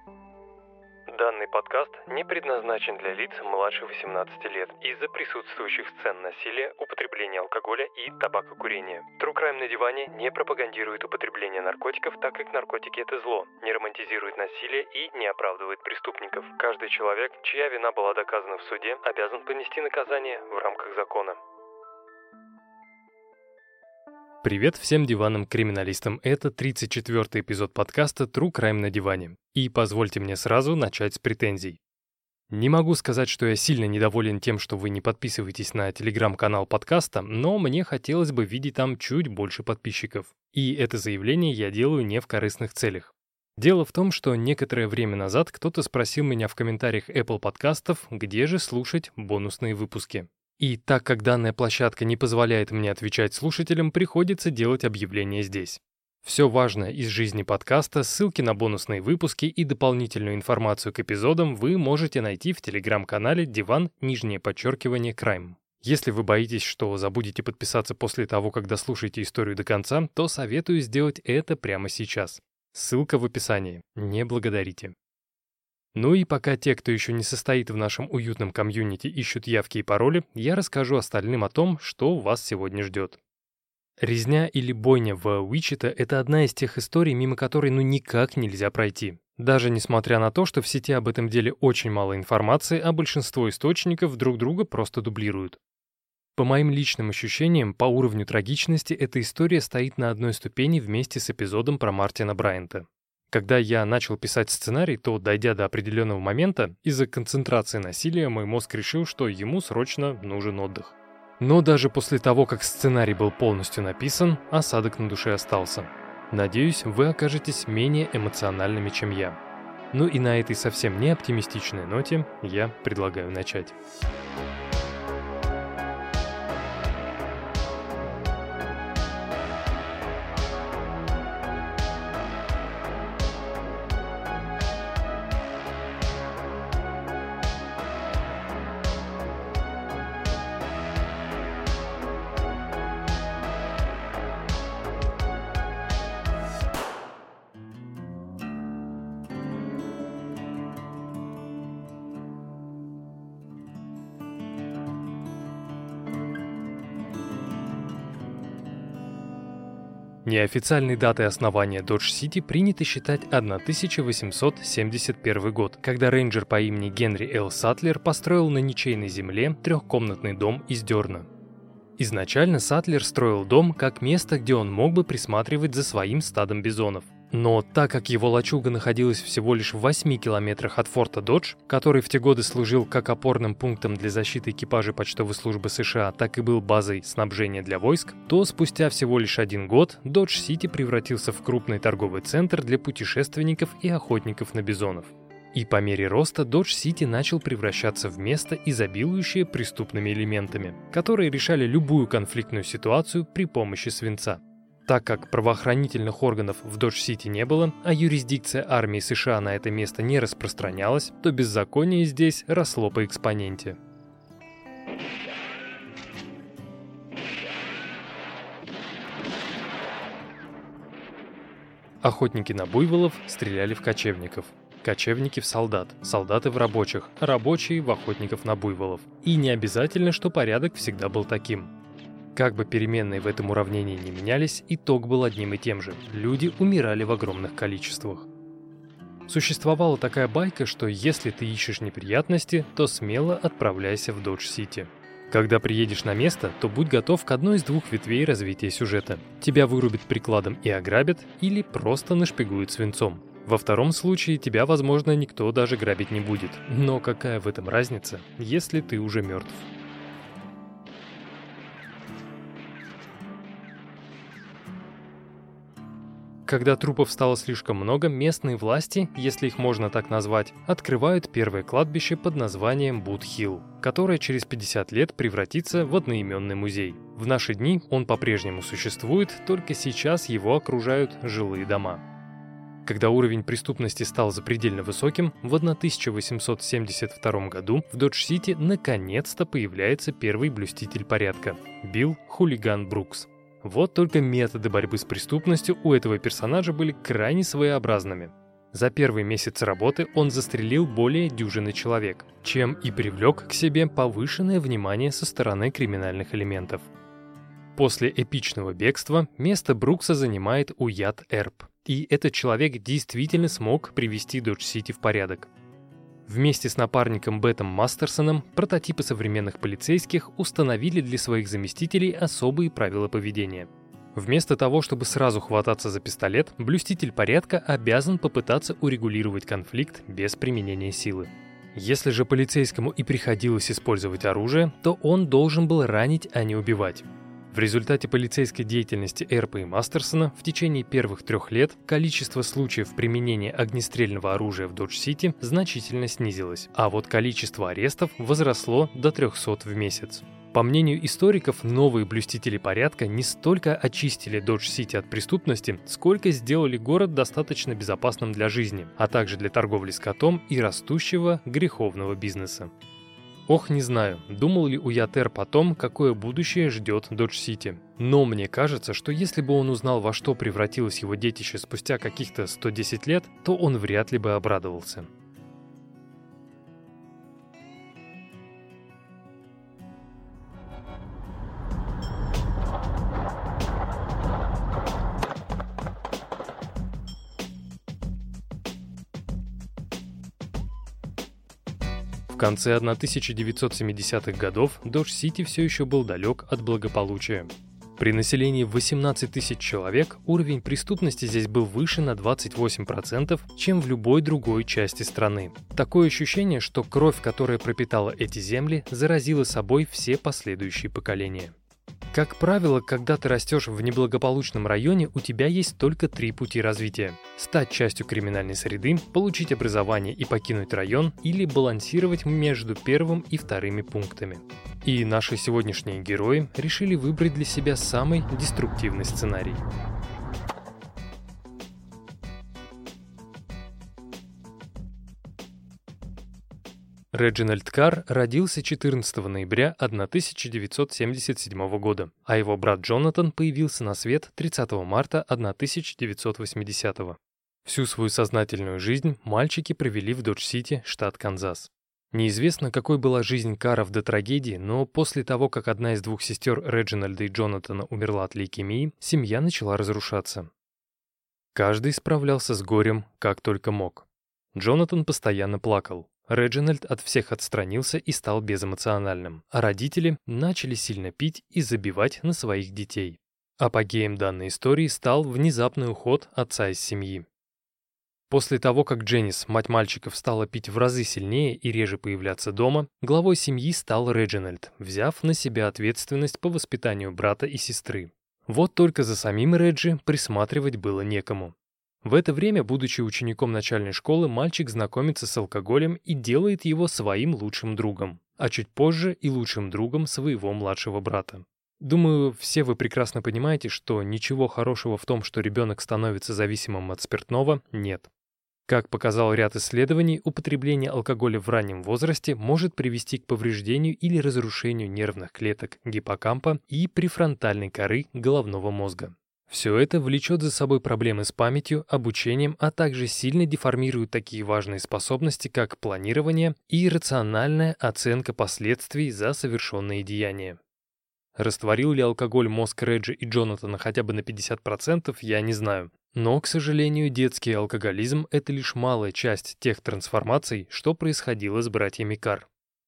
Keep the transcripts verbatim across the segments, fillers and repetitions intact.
Данный подкаст не предназначен для лиц младше восемнадцати лет из-за присутствующих сцен насилия, употребления алкоголя и табакокурения. True Crime на диване не пропагандирует употребление наркотиков, так как наркотики – это зло, не романтизирует насилие и не оправдывает преступников. Каждый человек, чья вина была доказана в суде, обязан понести наказание в рамках закона. Привет всем диванным криминалистам, это тридцать четвёртый эпизод подкаста True Crime на диване. И позвольте мне сразу начать с претензий. Не могу сказать, что я сильно недоволен тем, что вы не подписываетесь на телеграм-канал подкаста, но мне хотелось бы видеть там чуть больше подписчиков. И это заявление я делаю не в корыстных целях. Дело в том, что некоторое время назад кто-то спросил меня в комментариях Apple подкастов, где же слушать бонусные выпуски. И так как данная площадка не позволяет мне отвечать слушателям, приходится делать объявление здесь. Все важное из жизни подкаста, ссылки на бонусные выпуски и дополнительную информацию к эпизодам вы можете найти в телеграм-канале Диван, нижнее подчеркивание, Crime. Если вы боитесь, что забудете подписаться после того, как дослушаете историю до конца, то советую сделать это прямо сейчас. Ссылка в описании. Не благодарите. Ну и пока те, кто еще не состоит в нашем уютном комьюнити, ищут явки и пароли, я расскажу остальным о том, что вас сегодня ждет. Резня или бойня в Уичито — это одна из тех историй, мимо которой ну никак нельзя пройти. Даже несмотря на то, что в сети об этом деле очень мало информации, а большинство источников друг друга просто дублируют. По моим личным ощущениям, по уровню трагичности эта история стоит на одной ступени вместе с эпизодом про Мартина Брайанта. Когда я начал писать сценарий, то, дойдя до определенного момента, из-за концентрации насилия мой мозг решил, что ему срочно нужен отдых. Но даже после того, как сценарий был полностью написан, осадок на душе остался. Надеюсь, вы окажетесь менее эмоциональными, чем я. Ну и на этой совсем не оптимистичной ноте я предлагаю начать. Неофициальной датой основания Додж-Сити принято считать тысяча восемьсот семьдесят первый год, когда рейнджер по имени Генри Л. Сатлер построил на ничейной земле трехкомнатный дом из дерна. Изначально Сатлер строил дом как место, где он мог бы присматривать за своим стадом бизонов. Но так как его лачуга находилась всего лишь в восьми километрах от форта Додж, который в те годы служил как опорным пунктом для защиты экипажей почтовой службы США, так и был базой снабжения для войск, то спустя всего лишь один год Додж-Сити превратился в крупный торговый центр для путешественников и охотников на бизонов. И по мере роста Додж-Сити начал превращаться в место, изобилующее преступными элементами, которые решали любую конфликтную ситуацию при помощи свинца. Так как правоохранительных органов в Додж-Сити не было, а юрисдикция армии США на это место не распространялась, то беззаконие здесь росло по экспоненте. Охотники на буйволов стреляли в кочевников. Кочевники в солдат, солдаты в рабочих, а рабочие в охотников на буйволов. И не обязательно, что порядок всегда был таким. Как бы переменные в этом уравнении не менялись, итог был одним и тем же. Люди умирали в огромных количествах. Существовала такая байка, что если ты ищешь неприятности, то смело отправляйся в Додж-Сити. Когда приедешь на место, то будь готов к одной из двух ветвей развития сюжета. Тебя вырубят прикладом и ограбят, или просто нашпигуют свинцом. Во втором случае тебя, возможно, никто даже грабить не будет. Но какая в этом разница, если ты уже мертв? Когда трупов стало слишком много, местные власти, если их можно так назвать, открывают первое кладбище под названием Бут-Хилл, которое через пятьдесят лет превратится в одноименный музей. В наши дни он по-прежнему существует, только сейчас его окружают жилые дома. Когда уровень преступности стал запредельно высоким, в тысяча восемьсот семьдесят втором году в Додж-Сити наконец-то появляется первый блюститель порядка – Билл Хулиган Брукс. Вот только методы борьбы с преступностью у этого персонажа были крайне своеобразными. За первый месяц работы он застрелил более дюжины человек, чем и привлек к себе повышенное внимание со стороны криминальных элементов. После эпичного бегства место Брукса занимает Уят Эрп, и этот человек действительно смог привести Додж-Сити в порядок. Вместе с напарником Бетом Мастерсоном прототипы современных полицейских установили для своих заместителей особые правила поведения. Вместо того, чтобы сразу хвататься за пистолет, блюститель порядка обязан попытаться урегулировать конфликт без применения силы. Если же полицейскому и приходилось использовать оружие, то он должен был ранить, а не убивать. В результате полицейской деятельности Эрпа и Мастерсона в течение первых трех лет количество случаев применения огнестрельного оружия в Додж-Сити значительно снизилось, а вот количество арестов возросло до трехсот в месяц. По мнению историков, новые блюстители порядка не столько очистили Додж-Сити от преступности, сколько сделали город достаточно безопасным для жизни, а также для торговли скотом и растущего греховного бизнеса. Ох, не знаю, думал ли Уят Эрп о том, какое будущее ждет Додж-Сити. Но мне кажется, что если бы он узнал, во что превратилось его детище спустя каких-то сто десять лет, то он вряд ли бы обрадовался. В конце тысяча девятьсот семидесятых годов Додж-Сити все еще был далек от благополучия. При населении восемнадцать тысяч человек уровень преступности здесь был выше на двадцать восемь процентов, чем в любой другой части страны. Такое ощущение, что кровь, которая пропитала эти земли, заразила собой все последующие поколения. Как правило, когда ты растешь в неблагополучном районе, у тебя есть только три пути развития: стать частью криминальной среды, получить образование и покинуть район, или балансировать между первым и вторыми пунктами. И наши сегодняшние герои решили выбрать для себя самый деструктивный сценарий. Реджинальд Карр родился четырнадцатого ноября тысяча девятьсот семьдесят седьмого года, а его брат Джонатан появился на свет тридцатого марта тысяча девятьсот восьмидесятого. Всю свою сознательную жизнь мальчики провели в Додж-Сити, штат Канзас. Неизвестно, какой была жизнь Карров до трагедии, но после того, как одна из двух сестер Реджинальда и Джонатана умерла от лейкемии, семья начала разрушаться. Каждый справлялся с горем, как только мог. Джонатан постоянно плакал. Реджинальд от всех отстранился и стал безэмоциональным, а родители начали сильно пить и забивать на своих детей. Апогеем данной истории стал внезапный уход отца из семьи. После того, как Дженнис, мать мальчиков, стала пить в разы сильнее и реже появляться дома, главой семьи стал Реджинальд, взяв на себя ответственность по воспитанию брата и сестры. Вот только за самим Реджи присматривать было некому. В это время, будучи учеником начальной школы, мальчик знакомится с алкоголем и делает его своим лучшим другом, а чуть позже и лучшим другом своего младшего брата. Думаю, все вы прекрасно понимаете, что ничего хорошего в том, что ребенок становится зависимым от спиртного, нет. Как показал ряд исследований, употребление алкоголя в раннем возрасте может привести к повреждению или разрушению нервных клеток гиппокампа и префронтальной коры головного мозга. Все это влечет за собой проблемы с памятью, обучением, а также сильно деформирует такие важные способности, как планирование и рациональная оценка последствий за совершенные деяния. Растворил ли алкоголь мозг Реджи и Джонатана хотя бы на пятьдесят процентов, я не знаю. Но, к сожалению, детский алкоголизм – это лишь малая часть тех трансформаций, что происходило с братьями Карр.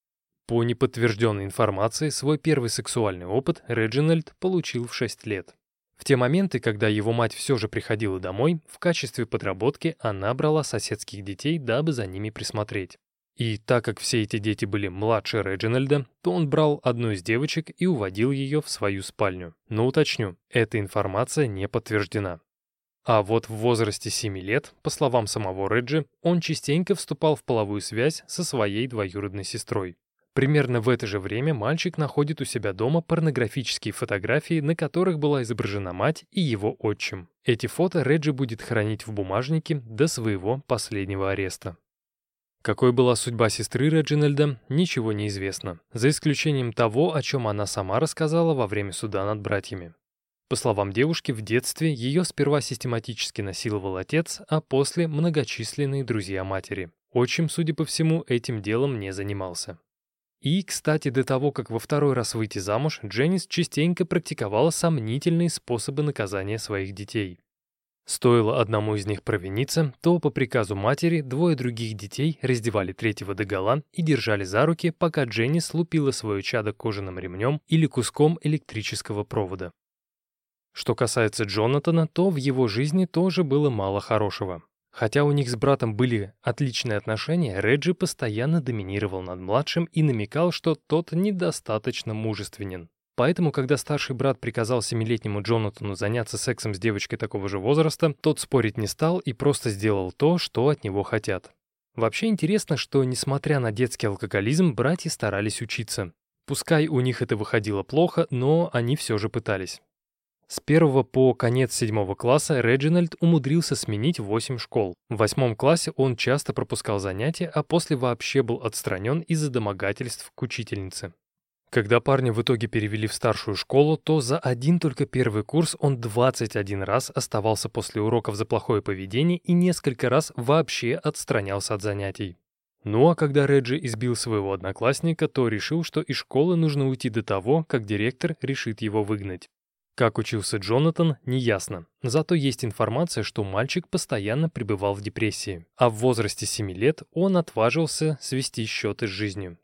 По неподтвержденной информации, свой первый сексуальный опыт Реджинальд получил в шесть лет. В те моменты, когда его мать все же приходила домой, в качестве подработки она брала соседских детей, дабы за ними присмотреть. И так как все эти дети были младше Реджинальда, то он брал одну из девочек и уводил ее в свою спальню. Но уточню, эта информация не подтверждена. А вот в возрасте семи лет, по словам самого Реджи, он частенько вступал в половую связь со своей двоюродной сестрой. Примерно в это же время мальчик находит у себя дома порнографические фотографии, на которых была изображена мать и его отчим. Эти фото Реджи будет хранить в бумажнике до своего последнего ареста. Какой была судьба сестры Реджинальда, ничего не известно, за исключением того, о чем она сама рассказала во время суда над братьями. По словам девушки, в детстве ее сперва систематически насиловал отец, а после многочисленные друзья матери. Отчим, судя по всему, этим делом не занимался. И, кстати, до того, как во второй раз выйти замуж, Дженнис частенько практиковала сомнительные способы наказания своих детей. Стоило одному из них провиниться, то по приказу матери двое других детей раздевали третьего догола и держали за руки, пока Дженнис лупила свое чадо кожаным ремнем или куском электрического провода. Что касается Джонатана, то в его жизни тоже было мало хорошего. Хотя у них с братом были отличные отношения, Реджи постоянно доминировал над младшим и намекал, что тот недостаточно мужественен. Поэтому, когда старший брат приказал семилетнему Джонатану заняться сексом с девочкой такого же возраста, тот спорить не стал и просто сделал то, что от него хотят. Вообще интересно, что, несмотря на детский алкоголизм, братья старались учиться. Пускай у них это выходило плохо, но они все же пытались. С первого по конец седьмого класса Реджинальд умудрился сменить восемь школ. В восьмом классе он часто пропускал занятия, а после вообще был отстранен из-за домогательств к учительнице. Когда парня в итоге перевели в старшую школу, то за один только первый курс он двадцать один раз оставался после уроков за плохое поведение и несколько раз вообще отстранялся от занятий. Ну а когда Реджи избил своего одноклассника, то решил, что из школы нужно уйти до того, как директор решит его выгнать. Как учился Джонатан, неясно. Зато есть информация, что мальчик постоянно пребывал в депрессии, а в возрасте семи лет он отважился свести счеты с жизнью.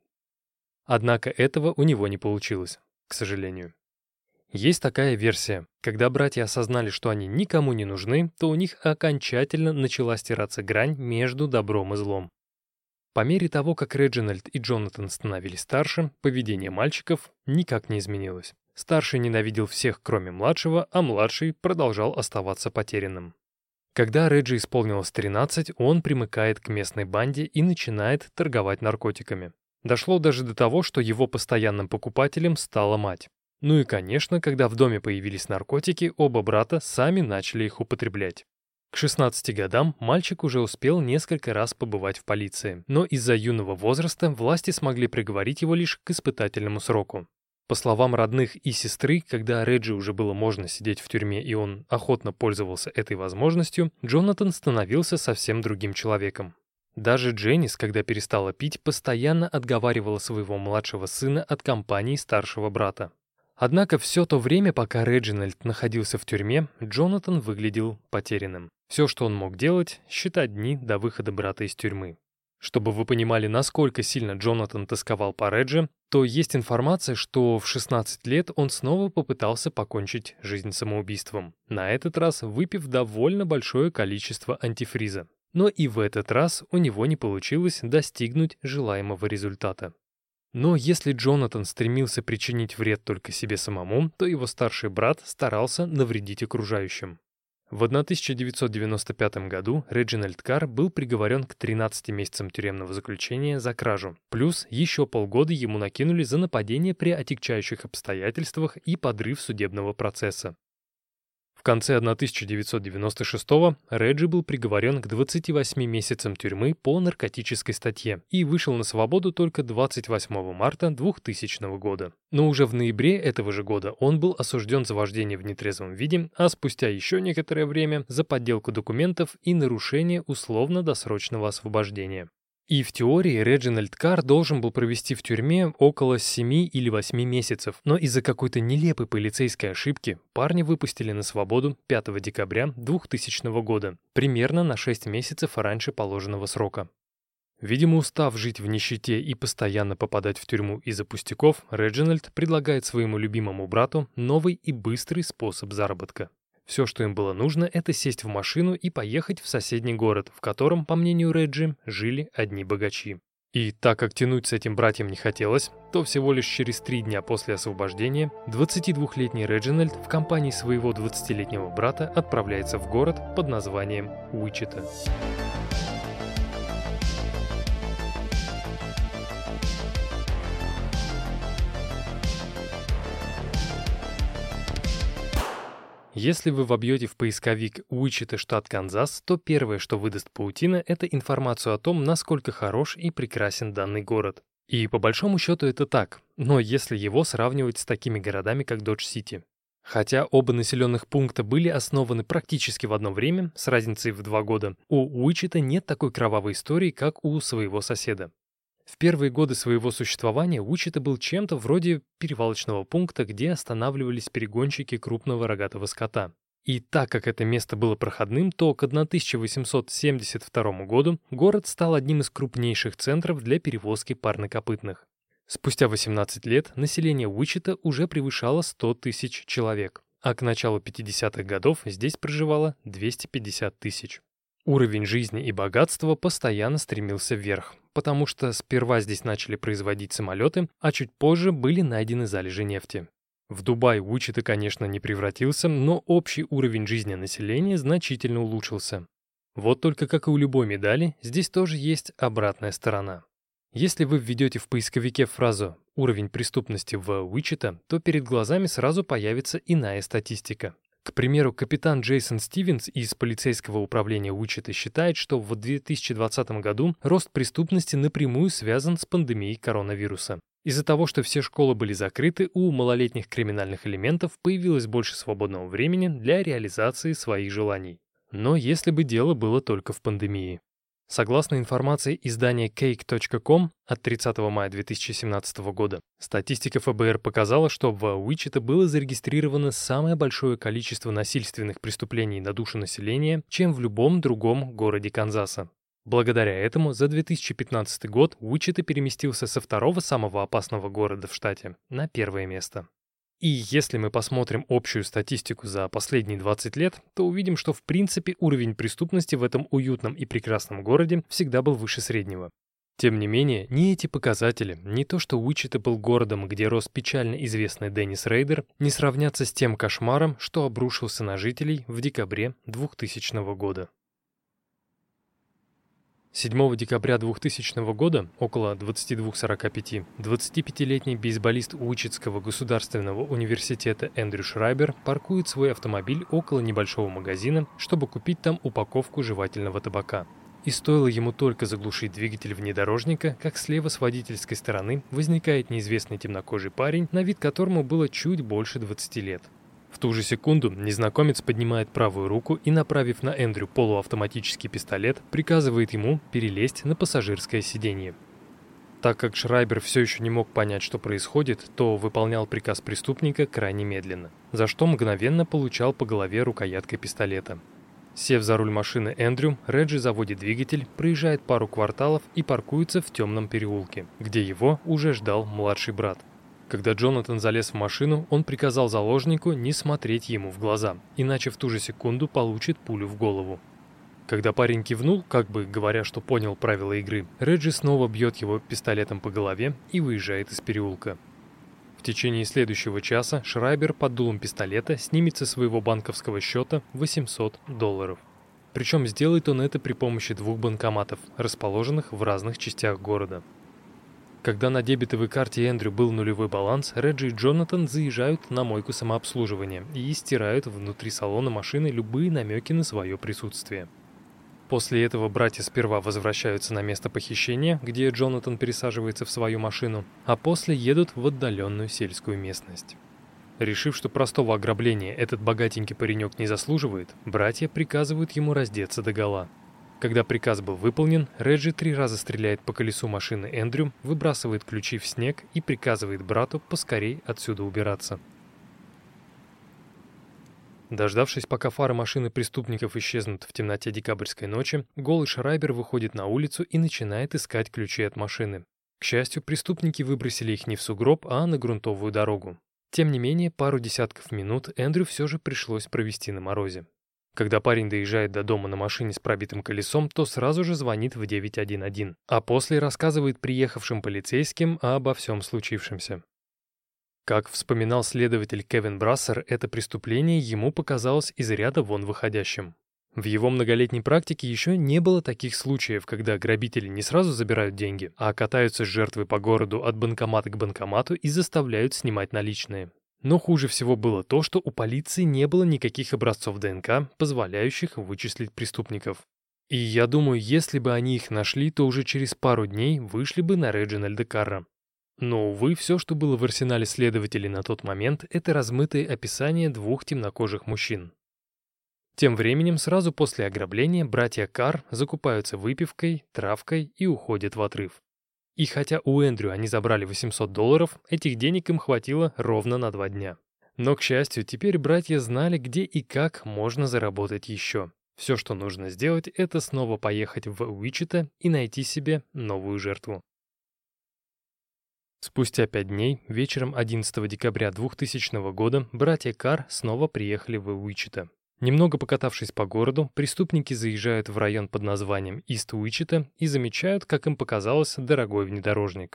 Однако этого у него не получилось, к сожалению. Есть такая версия. Когда братья осознали, что они никому не нужны, то у них окончательно начала стираться грань между добром и злом. По мере того, как Реджинальд и Джонатан становились старше, поведение мальчиков никак не изменилось. Старший ненавидел всех, кроме младшего, а младший продолжал оставаться потерянным. Когда Реджи исполнилось тринадцать, он примыкает к местной банде и начинает торговать наркотиками. Дошло даже до того, что его постоянным покупателем стала мать. Ну и, конечно, когда в доме появились наркотики, оба брата сами начали их употреблять. К шестнадцати годам мальчик уже успел несколько раз побывать в полиции, но из-за юного возраста власти смогли приговорить его лишь к испытательному сроку. По словам родных и сестры, когда Реджи уже было можно сидеть в тюрьме и он охотно пользовался этой возможностью, Джонатан становился совсем другим человеком. Даже Дженнис, когда перестала пить, постоянно отговаривала своего младшего сына от компании старшего брата. Однако все то время, пока Реджинальд находился в тюрьме, Джонатан выглядел потерянным. Все, что он мог делать, считать дни до выхода брата из тюрьмы. Чтобы вы понимали, насколько сильно Джонатан тосковал по Реджи, то есть информация, что в шестнадцать лет он снова попытался покончить жизнь самоубийством, на этот раз выпив довольно большое количество антифриза. Но и в этот раз у него не получилось достигнуть желаемого результата. Но если Джонатан стремился причинить вред только себе самому, то его старший брат старался навредить окружающим. В тысяча девятьсот девяносто пятом году Реджинальд Карр был приговорен к тринадцати месяцам тюремного заключения за кражу, плюс еще полгода ему накинули за нападение при отягчающих обстоятельствах и подрыв судебного процесса. В конце тысяча девятьсот девяносто шестого Реджи был приговорен к двадцати восьми месяцам тюрьмы по наркотической статье и вышел на свободу только двадцать восьмого марта двухтысячного года. Но уже в ноябре этого же года он был осужден за вождение в нетрезвом виде, а спустя еще некоторое время за подделку документов и нарушение условно-досрочного освобождения. И в теории Реджинальд Карр должен был провести в тюрьме около семи или восьми месяцев, но из-за какой-то нелепой полицейской ошибки парня выпустили на свободу пятого декабря двухтысячного года, примерно на шесть месяцев раньше положенного срока. Видимо, устав жить в нищете и постоянно попадать в тюрьму из-за пустяков, Реджинальд предлагает своему любимому брату новый и быстрый способ заработка. Все, что им было нужно, это сесть в машину и поехать в соседний город, в котором, по мнению Реджи, жили одни богачи. И так как тянуть с этим братьям не хотелось, то всего лишь через три дня после освобождения двадцатидвухлетний Реджинальд в компании своего двадцатилетнего брата отправляется в город под названием Уичита. Если вы вобьете в поисковик «Уичита, штат Канзас», то первое, что выдаст паутина, это информацию о том, насколько хорош и прекрасен данный город. И по большому счету это так, но если его сравнивать с такими городами, как Додж-Сити. Хотя оба населенных пункта были основаны практически в одно время, с разницей в два года, у Уичита нет такой кровавой истории, как у своего соседа. В первые годы своего существования Уичита был чем-то вроде перевалочного пункта, где останавливались перегонщики крупного рогатого скота. И так как это место было проходным, то к тысяча восемьсот семьдесят второму году город стал одним из крупнейших центров для перевозки парнокопытных. Спустя восемнадцать лет население Уичита уже превышало сто тысяч человек, а к началу пятидесятых годов здесь проживало двести пятьдесят тысяч. Уровень жизни и богатства постоянно стремился вверх, потому что сперва здесь начали производить самолеты, а чуть позже были найдены залежи нефти. В Дубай Уичита, конечно, не превратился, но общий уровень жизни населения значительно улучшился. Вот только, как и у любой медали, здесь тоже есть обратная сторона. Если вы введете в поисковике фразу «уровень преступности в Уичита», то перед глазами сразу появится иная статистика. К примеру, капитан Джейсон Стивенс из полицейского управления Уичита считает, что в две тысячи двадцатом году рост преступности напрямую связан с пандемией коронавируса. Из-за того, что все школы были закрыты, у малолетних криминальных элементов появилось больше свободного времени для реализации своих желаний. Но если бы дело было только в пандемии. Согласно информации издания кейк точка ком от тридцатого мая две тысячи семнадцатого года, статистика эф бэ эр показала, что в Уичита было зарегистрировано самое большое количество насильственных преступлений на душу населения, чем в любом другом городе Канзаса. Благодаря этому за две тысячи пятнадцатый год Уичита переместился со второго самого опасного города в штате на первое место. И если мы посмотрим общую статистику за последние двадцать лет, то увидим, что в принципе уровень преступности в этом уютном и прекрасном городе всегда был выше среднего. Тем не менее, ни эти показатели, ни то, что Уичита был городом, где рос печально известный Деннис Рейдер, не сравнятся с тем кошмаром, что обрушился на жителей в декабре двухтысячного года. седьмого декабря двухтысячного года, около двадцати двух сорока пяти, двадцатипятилетний бейсболист Уичитского государственного университета Эндрю Шрайбер паркует свой автомобиль около небольшого магазина, чтобы купить там упаковку жевательного табака. И стоило ему только заглушить двигатель внедорожника, как слева с водительской стороны возникает неизвестный темнокожий парень, на вид которому было чуть больше двадцати лет. В ту же секунду незнакомец поднимает правую руку и, направив на Эндрю полуавтоматический пистолет, приказывает ему перелезть на пассажирское сиденье. Так как Шрайбер все еще не мог понять, что происходит, то выполнял приказ преступника крайне медленно, за что мгновенно получал по голове рукояткой пистолета. Сев за руль машины Эндрю, Реджи заводит двигатель, проезжает пару кварталов и паркуется в темном переулке, где его уже ждал младший брат. Когда Джонатан залез в машину, он приказал заложнику не смотреть ему в глаза, иначе в ту же секунду получит пулю в голову. Когда парень кивнул, как бы говоря, что понял правила игры, Реджи снова бьет его пистолетом по голове и выезжает из переулка. В течение следующего часа Шрайбер под дулом пистолета снимет со своего банковского счета восемьсот долларов. Причем сделает он это при помощи двух банкоматов, расположенных в разных частях города. Когда на дебетовой карте Эндрю был нулевой баланс, Реджи и Джонатан заезжают на мойку самообслуживания и стирают внутри салона машины любые намеки на свое присутствие. После этого братья сперва возвращаются на место похищения, где Джонатан пересаживается в свою машину, а после едут в отдаленную сельскую местность. Решив, что простого ограбления этот богатенький паренек не заслуживает, братья приказывают ему раздеться догола. Когда приказ был выполнен, Реджи три раза стреляет по колесу машины Эндрю, выбрасывает ключи в снег и приказывает брату поскорей отсюда убираться. Дождавшись, пока фары машины преступников исчезнут в темноте декабрьской ночи, голый Шрайбер выходит на улицу и начинает искать ключи от машины. К счастью, преступники выбросили их не в сугроб, а на грунтовую дорогу. Тем не менее, пару десятков минут Эндрю все же пришлось провести на морозе. Когда парень доезжает до дома на машине с пробитым колесом, то сразу же звонит в девять один один, а после рассказывает приехавшим полицейским обо всем случившемся. Как вспоминал следователь Кевин Брассер, это преступление ему показалось из ряда вон выходящим. В его многолетней практике еще не было таких случаев, когда грабители не сразу забирают деньги, а катаются с жертвой по городу от банкомата к банкомату и заставляют снимать наличные. Но хуже всего было то, что у полиции не было никаких образцов ДНК, позволяющих вычислить преступников. И я думаю, если бы они их нашли, то уже через пару дней вышли бы на Реджинальда Карра. Но, увы, все, что было в арсенале следователей на тот момент, это размытые описания двух темнокожих мужчин. Тем временем, сразу после ограбления, братья Карр закупаются выпивкой, травкой и уходят в отрыв. И хотя у Эндрю они забрали восемьсот долларов, этих денег им хватило ровно на два дня. Но, к счастью, теперь братья знали, где и как можно заработать еще. Все, что нужно сделать, это снова поехать в Уичито и найти себе новую жертву. Спустя пять дней, вечером одиннадцатого декабря двухтысячного года, братья Карр снова приехали в Уичито. Немного покатавшись по городу, преступники заезжают в район под названием Ист-Уичито и замечают, как им показалось, дорогой внедорожник.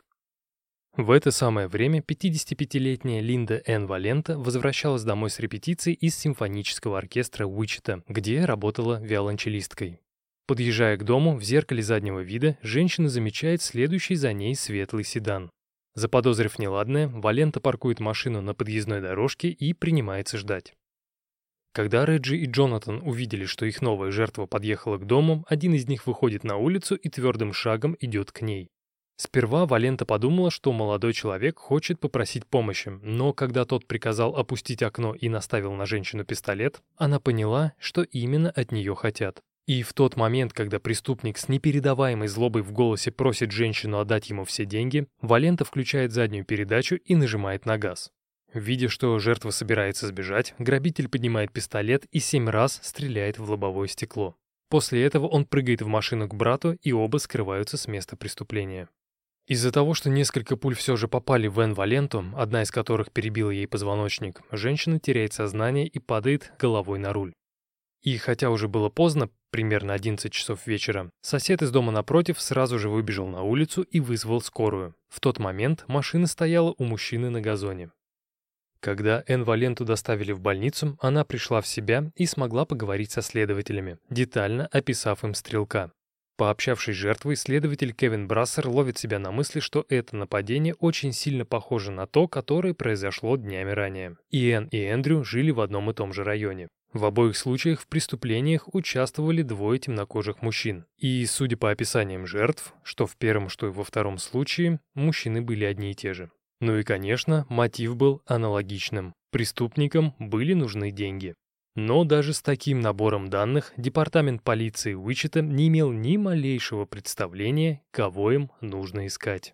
В это самое время пятидесятипятилетняя Линда Энн Валента возвращалась домой с репетицией из симфонического оркестра Уичито, где работала виолончелисткой. Подъезжая к дому, в зеркале заднего вида женщина замечает следующий за ней светлый седан. Заподозрив неладное, Валента паркует машину на подъездной дорожке и принимается ждать. Когда Реджи и Джонатан увидели, что их новая жертва подъехала к дому, один из них выходит на улицу и твердым шагом идет к ней. Сперва Валента подумала, что молодой человек хочет попросить помощи, но когда тот приказал опустить окно и наставил на женщину пистолет, она поняла, что именно от нее хотят. И в тот момент, когда преступник с непередаваемой злобой в голосе просит женщину отдать ему все деньги, Валента включает заднюю передачу и нажимает на газ. Видя, что жертва собирается сбежать, грабитель поднимает пистолет и семь раз стреляет в лобовое стекло. После этого он прыгает в машину к брату, и оба скрываются с места преступления. Из-за того, что несколько пуль все же попали в Энн Валенту, одна из которых перебила ей позвоночник, женщина теряет сознание и падает головой на руль. И хотя уже было поздно, примерно одиннадцать часов вечера, сосед из дома напротив сразу же выбежал на улицу и вызвал скорую. В тот момент машина стояла у мужчины на газоне. Когда Энн Валенту доставили в больницу, она пришла в себя и смогла поговорить со следователями, детально описав им стрелка. Пообщавшись с жертвой, следователь Кевин Брассер ловит себя на мысли, что это нападение очень сильно похоже на то, которое произошло днями ранее. И Энн, и Эндрю жили в одном и том же районе. В обоих случаях в преступлениях участвовали двое темнокожих мужчин. И, судя по описаниям жертв, что в первом, что и во втором случае, мужчины были одни и те же. Ну и, конечно, мотив был аналогичным. Преступникам были нужны деньги. Но даже с таким набором данных департамент полиции Уичито не имел ни малейшего представления, кого им нужно искать.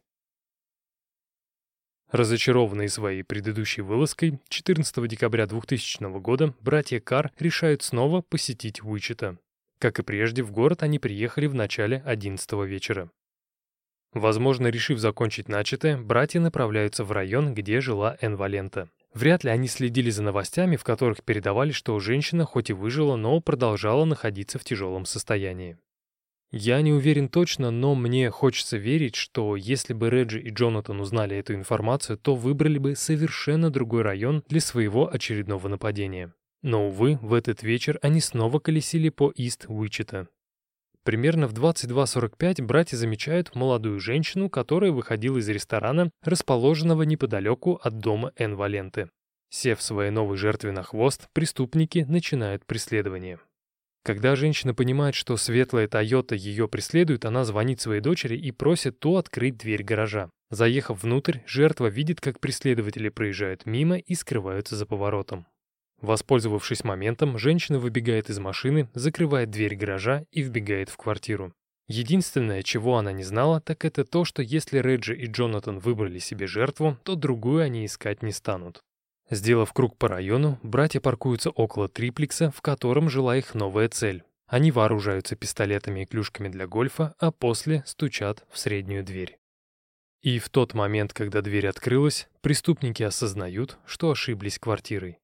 Разочарованные своей предыдущей вылазкой, четырнадцатого декабря двухтысячного года братья Карр решают снова посетить Уичито. Как и прежде, в город они приехали в начале одиннадцатого вечера. Возможно, решив закончить начатое, братья направляются в район, где жила Энн Валента. Вряд ли они следили за новостями, в которых передавали, что женщина хоть и выжила, но продолжала находиться в тяжелом состоянии. Я не уверен точно, но мне хочется верить, что если бы Реджи и Джонатан узнали эту информацию, то выбрали бы совершенно другой район для своего очередного нападения. Но, увы, в этот вечер они снова колесили по Ист-Уичито. Примерно в двадцать два сорок пять братья замечают молодую женщину, которая выходила из ресторана, расположенного неподалеку от дома Энн Валенты. Сев своей новой жертве на хвост, преступники начинают преследование. Когда женщина понимает, что светлая Тойота ее преследует, она звонит своей дочери и просит ту открыть дверь гаража. Заехав внутрь, жертва видит, как преследователи проезжают мимо и скрываются за поворотом. Воспользовавшись моментом, женщина выбегает из машины, закрывает дверь гаража и вбегает в квартиру. Единственное, чего она не знала, так это то, что если Реджи и Джонатан выбрали себе жертву, то другую они искать не станут. Сделав круг по району, братья паркуются около триплекса, в котором жила их новая цель. Они вооружаются пистолетами и клюшками для гольфа, а после стучат в среднюю дверь. И в тот момент, когда дверь открылась, преступники осознают, что ошиблись квартирой.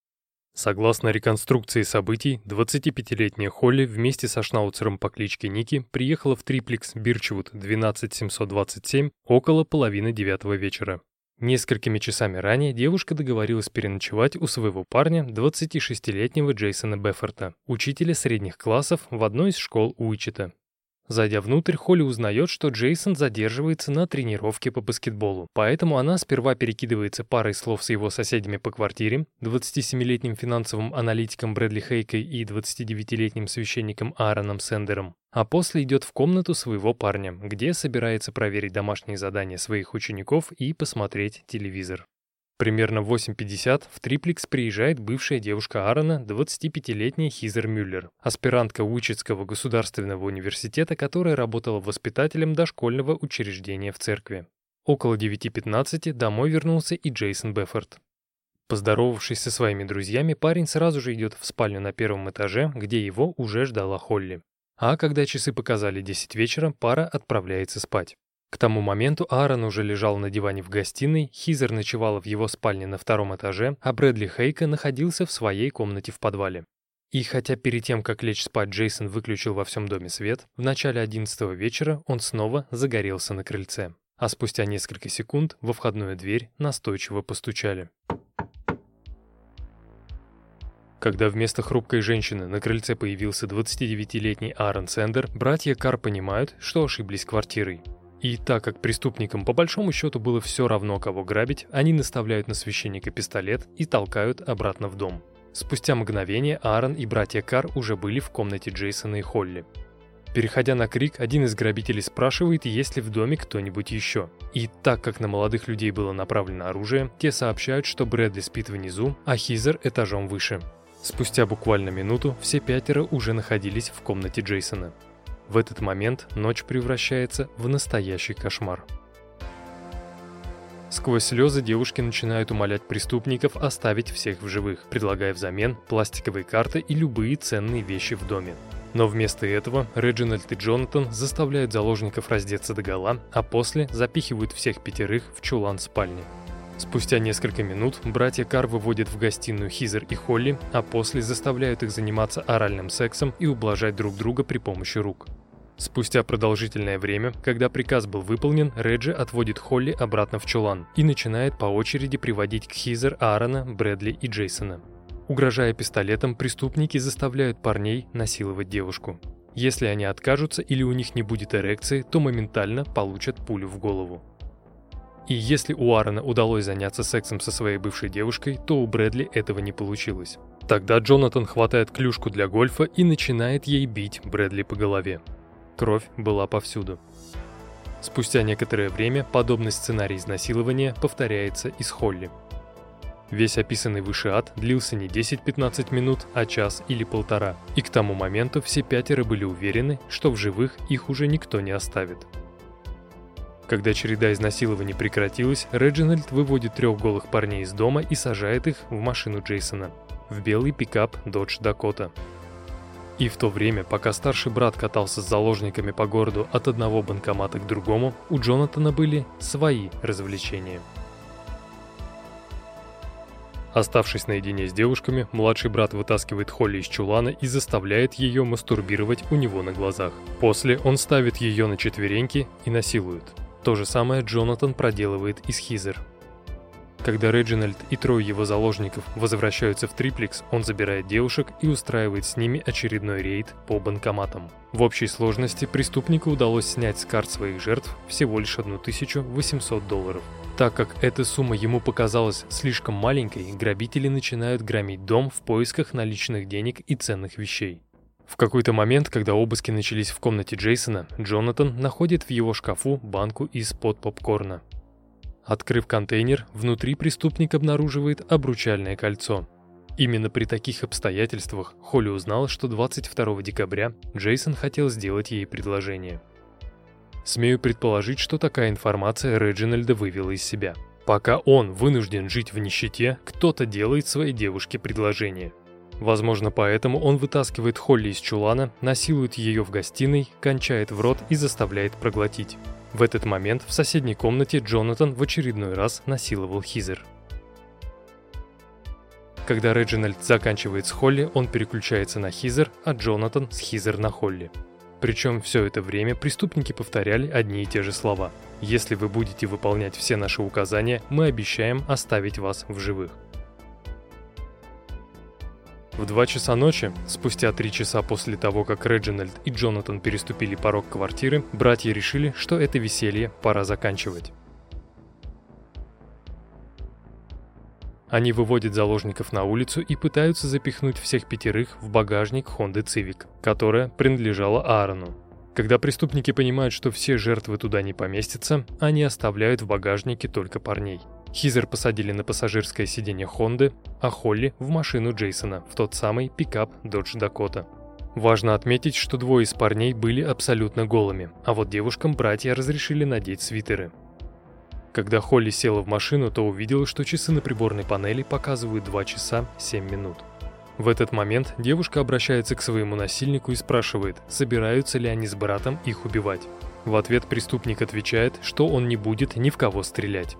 Согласно реконструкции событий, двадцатипятилетняя Холли вместе со шнауцером по кличке Ники приехала в триплекс Бирчвуд двенадцать семьсот двадцать семь около половины девятого вечера. Несколькими часами ранее девушка договорилась переночевать у своего парня, двадцатишестилетнего Джейсона Беффорта, учителя средних классов в одной из школ Уичито. Зайдя внутрь, Холли узнает, что Джейсон задерживается на тренировке по баскетболу, поэтому она сперва перекидывается парой слов с его соседями по квартире, двадцатисемилетним финансовым аналитиком Брэдли Хейкой и двадцатидевятилетним священником Аароном Сендером, а после идет в комнату своего парня, где собирается проверить домашние задания своих учеников и посмотреть телевизор. Примерно в восемь пятьдесят в триплекс приезжает бывшая девушка Аарона, двадцатипятилетняя Хизер Мюллер, аспирантка Уичетского государственного университета, которая работала воспитателем дошкольного учреждения в церкви. Около девяти пятнадцати домой вернулся и Джейсон Беффорд. Поздоровавшись со своими друзьями, парень сразу же идет в спальню на первом этаже, где его уже ждала Холли. А когда часы показали десять вечера, пара отправляется спать. К тому моменту Аарон уже лежал на диване в гостиной, Хизер ночевала в его спальне на втором этаже, а Брэдли Хейка находился в своей комнате в подвале. И хотя перед тем, как лечь спать, Джейсон выключил во всем доме свет, в начале одиннадцатого вечера он снова загорелся на крыльце. А спустя несколько секунд во входную дверь настойчиво постучали. Когда вместо хрупкой женщины на крыльце появился двадцатидевятилетний Аарон Сендер, братья Карр понимают, что ошиблись квартирой. И так как преступникам по большому счету было все равно, кого грабить, они наставляют на священника пистолет и толкают обратно в дом. Спустя мгновение Аарон и братья Карр уже были в комнате Джейсона и Холли. Переходя на крик, один из грабителей спрашивает, есть ли в доме кто-нибудь еще. И так как на молодых людей было направлено оружие, те сообщают, что Брэдли спит внизу, а Хизер этажом выше. Спустя буквально минуту все пятеро уже находились в комнате Джейсона. В этот момент ночь превращается в настоящий кошмар. Сквозь слезы девушки начинают умолять преступников оставить всех в живых, предлагая взамен пластиковые карты и любые ценные вещи в доме. Но вместо этого Реджинальд и Джонатан заставляют заложников раздеться догола, а после запихивают всех пятерых в чулан спальни. Спустя несколько минут братья Карр выводят в гостиную Хизер и Холли, а после заставляют их заниматься оральным сексом и ублажать друг друга при помощи рук. Спустя продолжительное время, когда приказ был выполнен, Реджи отводит Холли обратно в чулан и начинает по очереди приводить к Хизер Аарона, Брэдли и Джейсона. Угрожая пистолетом, преступники заставляют парней насиловать девушку. Если они откажутся или у них не будет эрекции, то моментально получат пулю в голову. И если у Аарона удалось заняться сексом со своей бывшей девушкой, то у Брэдли этого не получилось. Тогда Джонатан хватает клюшку для гольфа и начинает ей бить Брэдли по голове. Кровь была повсюду. Спустя некоторое время подобный сценарий изнасилования повторяется и с Холли. Весь описанный выше ад длился не десять-пятнадцать минут, а час или полтора. И к тому моменту все пятеро были уверены, что в живых их уже никто не оставит. Когда череда изнасилований прекратилась, Реджинальд выводит трех голых парней из дома и сажает их в машину Джейсона, в белый пикап Dodge Dakota. И в то время, пока старший брат катался с заложниками по городу от одного банкомата к другому, у Джонатана были свои развлечения. Оставшись наедине с девушками, младший брат вытаскивает Холли из чулана и заставляет ее мастурбировать у него на глазах. После он ставит ее на четвереньки и насилует. То же самое Джонатан проделывает и с Хизер. Когда Реджинальд и трое его заложников возвращаются в триплекс, он забирает девушек и устраивает с ними очередной рейд по банкоматам. В общей сложности преступнику удалось снять с карт своих жертв всего лишь тысячу восемьсот долларов. Так как эта сумма ему показалась слишком маленькой, грабители начинают громить дом в поисках наличных денег и ценных вещей. В какой-то момент, когда обыски начались в комнате Джейсона, Джонатан находит в его шкафу банку из-под попкорна. Открыв контейнер, внутри преступник обнаруживает обручальное кольцо. Именно при таких обстоятельствах Холли узнала, что двадцать второго декабря Джейсон хотел сделать ей предложение. Смею предположить, что такая информация Реджинальда вывела из себя. Пока он вынужден жить в нищете, кто-то делает своей девушке предложение. Возможно, поэтому он вытаскивает Холли из чулана, насилует ее в гостиной, кончает в рот и заставляет проглотить. В этот момент в соседней комнате Джонатан в очередной раз насиловал Хизер. Когда Реджинальд заканчивает с Холли, он переключается на Хизер, а Джонатан с Хизер на Холли. Причем все это время преступники повторяли одни и те же слова. «Если вы будете выполнять все наши указания, мы обещаем оставить вас в живых». В два часа ночи, спустя три часа после того, как Реджинальд и Джонатан переступили порог квартиры, братья решили, что это веселье пора заканчивать. Они выводят заложников на улицу и пытаются запихнуть всех пятерых в багажник Honda Civic, которая принадлежала Аарону. Когда преступники понимают, что все жертвы туда не поместятся, они оставляют в багажнике только парней. Хизер посадили на пассажирское сиденье Хонды, а Холли — в машину Джейсона, в тот самый пикап Dodge Dakota. Важно отметить, что двое из парней были абсолютно голыми, а вот девушкам братья разрешили надеть свитеры. Когда Холли села в машину, то увидела, что часы на приборной панели показывают два часа семь минут. В этот момент девушка обращается к своему насильнику и спрашивает, собираются ли они с братом их убивать. В ответ преступник отвечает, что он не будет ни в кого стрелять.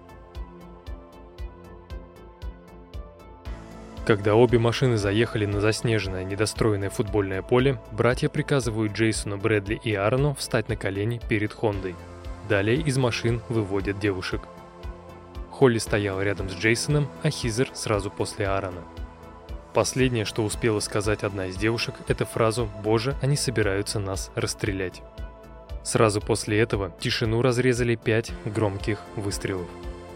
Когда обе машины заехали на заснеженное недостроенное футбольное поле, братья приказывают Джейсону, Брэдли и Аарону встать на колени перед Хондой. Далее из машин выводят девушек. Холли стояла рядом с Джейсоном, а Хизер сразу после Аарона. Последнее, что успела сказать одна из девушек, это фразу «Боже, они собираются нас расстрелять». Сразу после этого тишину разрезали пять громких выстрелов.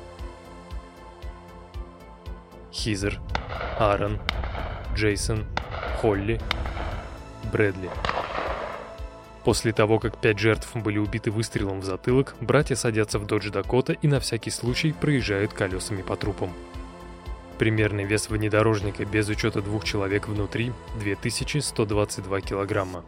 Хизер, Аарон, Джейсон, Холли, Брэдли. После того, как пять жертв были убиты выстрелом в затылок, братья садятся в Dodge Dakota и на всякий случай проезжают колесами по трупам. Примерный вес внедорожника без учета двух человек внутри – две тысячи сто двадцать два килограмма.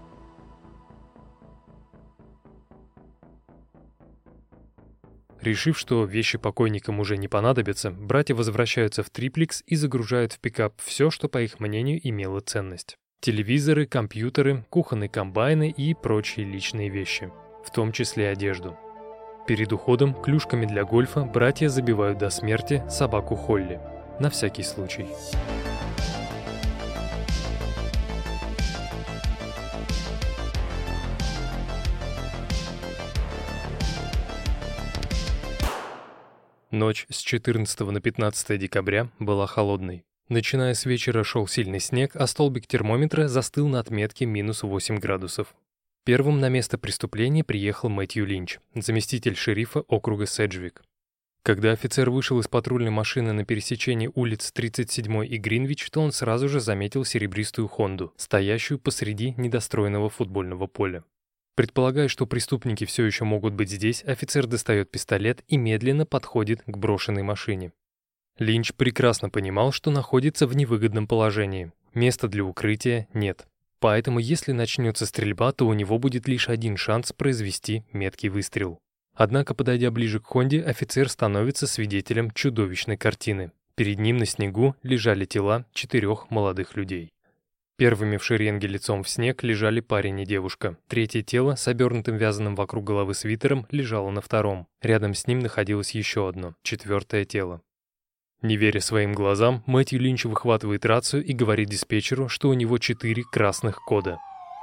Решив, что вещи покойникам уже не понадобятся, братья возвращаются в триплекс и загружают в пикап все, что, по их мнению, имело ценность. Телевизоры, компьютеры, кухонные комбайны и прочие личные вещи, в том числе одежду. Перед уходом клюшками для гольфа братья забивают до смерти собаку Холли. На всякий случай. Ночь с четырнадцатого на пятнадцатое декабря была холодной. Начиная с вечера шел сильный снег, а столбик термометра застыл на отметке минус восемь градусов. Первым на место преступления приехал Мэтью Линч, заместитель шерифа округа Седжвик. Когда офицер вышел из патрульной машины на пересечении улиц тридцать седьмой и Гринвич, то он сразу же заметил серебристую Хонду, стоящую посреди недостроенного футбольного поля. Предполагая, что преступники все еще могут быть здесь, офицер достает пистолет и медленно подходит к брошенной машине. Линч прекрасно понимал, что находится в невыгодном положении. Места для укрытия нет. Поэтому, если начнется стрельба, то у него будет лишь один шанс произвести меткий выстрел. Однако, подойдя ближе к Хонде, офицер становится свидетелем чудовищной картины. Перед ним на снегу лежали тела четырех молодых людей. Первыми в шеренге лицом в снег лежали парень и девушка. Третье тело с обернутым вязаным вокруг головы свитером лежало на втором. Рядом с ним находилось еще одно, четвертое тело. Не веря своим глазам, Мэтью Линч выхватывает рацию и говорит диспетчеру, что у него четыре красных кода.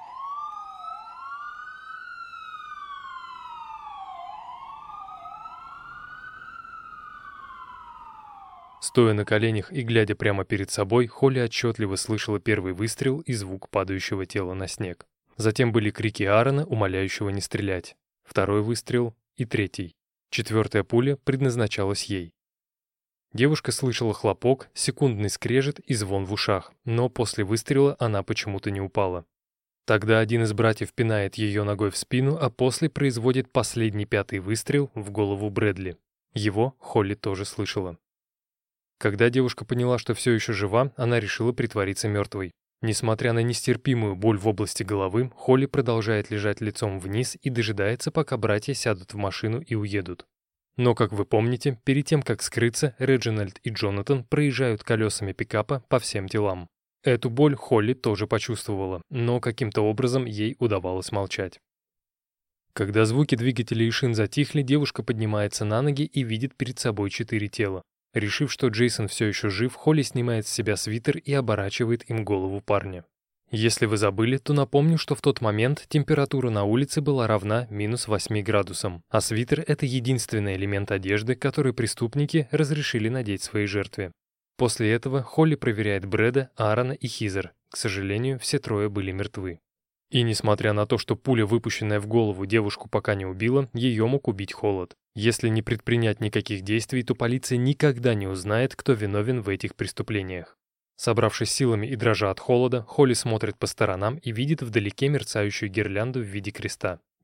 Стоя на коленях и глядя прямо перед собой, Холли отчетливо слышала первый выстрел и звук падающего тела на снег. Затем были крики Аарона, умоляющего не стрелять. Второй выстрел и третий. Четвертая пуля предназначалась ей. Девушка слышала хлопок, секундный скрежет и звон в ушах, но после выстрела она почему-то не упала. Тогда один из братьев пинает ее ногой в спину, а после производит последний пятый выстрел в голову Брэдли. Его Холли тоже слышала. Когда девушка поняла, что все еще жива, она решила притвориться мертвой. Несмотря на нестерпимую боль в области головы, Холли продолжает лежать лицом вниз и дожидается, пока братья сядут в машину и уедут. Но, как вы помните, перед тем, как скрыться, Реджинальд и Джонатан проезжают колесами пикапа по всем телам. Эту боль Холли тоже почувствовала, но каким-то образом ей удавалось молчать. Когда звуки двигателя и шин затихли, девушка поднимается на ноги и видит перед собой четыре тела. Решив, что Джейсон все еще жив, Холли снимает с себя свитер и оборачивает им голову парня. Если вы забыли, то напомню, что в тот момент температура на улице была равна минус восьми градусам, а свитер — это единственный элемент одежды, который преступники разрешили надеть своей жертве. После этого Холли проверяет Брэда, Аарона и Хизер. К сожалению, все трое были мертвы. И несмотря на то, что пуля, выпущенная в голову, девушку пока не убила, ее мог убить холод. Если не предпринять никаких действий, то полиция никогда не узнает, кто виновен в этих преступлениях. Собравшись силами и дрожа от холода, Холли смотрит по сторонам и видит вдалеке мерцающую гирлянду в виде креста.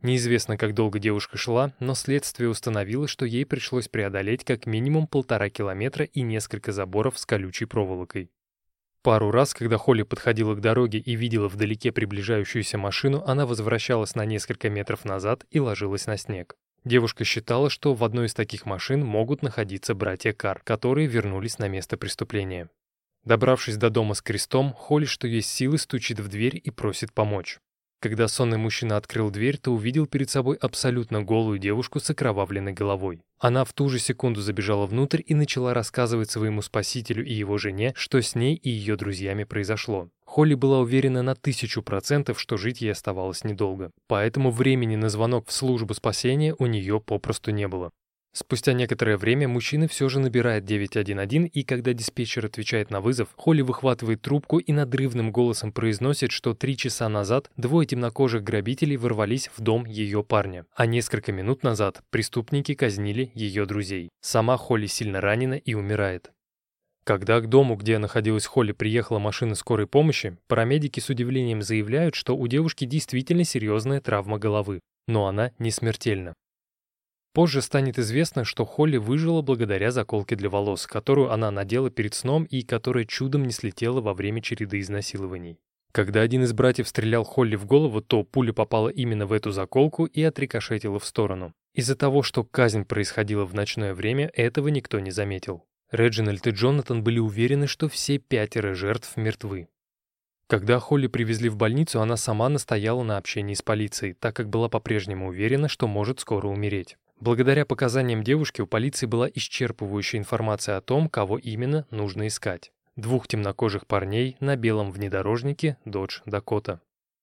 Неизвестно, как долго девушка шла, но следствие установило, что ей пришлось преодолеть как минимум полтора километра и несколько заборов с колючей проволокой. Пару раз, когда Холли подходила к дороге и видела вдалеке приближающуюся машину, она возвращалась на несколько метров назад и ложилась на снег. Девушка считала, что в одной из таких машин могут находиться братья Карр, которые вернулись на место преступления. Добравшись до дома с крестом, Холли, что есть силы, стучит в дверь и просит помочь. Когда сонный мужчина открыл дверь, то увидел перед собой абсолютно голую девушку с окровавленной головой. Она в ту же секунду забежала внутрь и начала рассказывать своему спасителю и его жене, что с ней и ее друзьями произошло. Холли была уверена на тысячу процентов, что жить ей оставалось недолго. Поэтому времени на звонок в службу спасения у нее попросту не было. Спустя некоторое время мужчина все же набирает девять один один, и когда диспетчер отвечает на вызов, Холли выхватывает трубку и надрывным голосом произносит, что три часа назад двое темнокожих грабителей ворвались в дом ее парня, а несколько минут назад преступники казнили ее друзей. Сама Холли сильно ранена и умирает. Когда к дому, где находилась Холли, приехала машина скорой помощи, парамедики с удивлением заявляют, что у девушки действительно серьезная травма головы, но она не смертельна. Позже станет известно, что Холли выжила благодаря заколке для волос, которую она надела перед сном и которая чудом не слетела во время череды изнасилований. Когда один из братьев стрелял Холли в голову, то пуля попала именно в эту заколку и отрикошетила в сторону. Из-за того, что казнь происходила в ночное время, этого никто не заметил. Реджинальд и Джонатан были уверены, что все пятеро жертв мертвы. Когда Холли привезли в больницу, она сама настояла на общении с полицией, так как была по-прежнему уверена, что может скоро умереть. Благодаря показаниям девушки у полиции была исчерпывающая информация о том, кого именно нужно искать. Двух темнокожих парней на белом внедорожнике Dodge Dakota.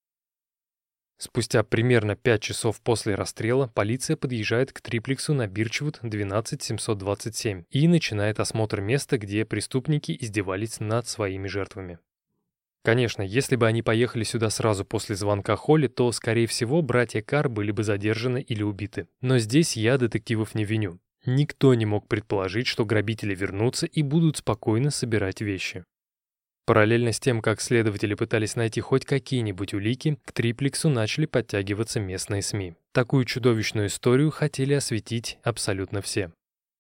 Спустя примерно пять часов после расстрела полиция подъезжает к триплексу на Бирчвуд двенадцать семьсот двадцать семь и начинает осмотр места, где преступники издевались над своими жертвами. Конечно, если бы они поехали сюда сразу после звонка Холли, то, скорее всего, братья Карр были бы задержаны или убиты. Но здесь я детективов не виню. Никто не мог предположить, что грабители вернутся и будут спокойно собирать вещи. Параллельно с тем, как следователи пытались найти хоть какие-нибудь улики, к триплексу начали подтягиваться местные СМИ. Такую чудовищную историю хотели осветить абсолютно все.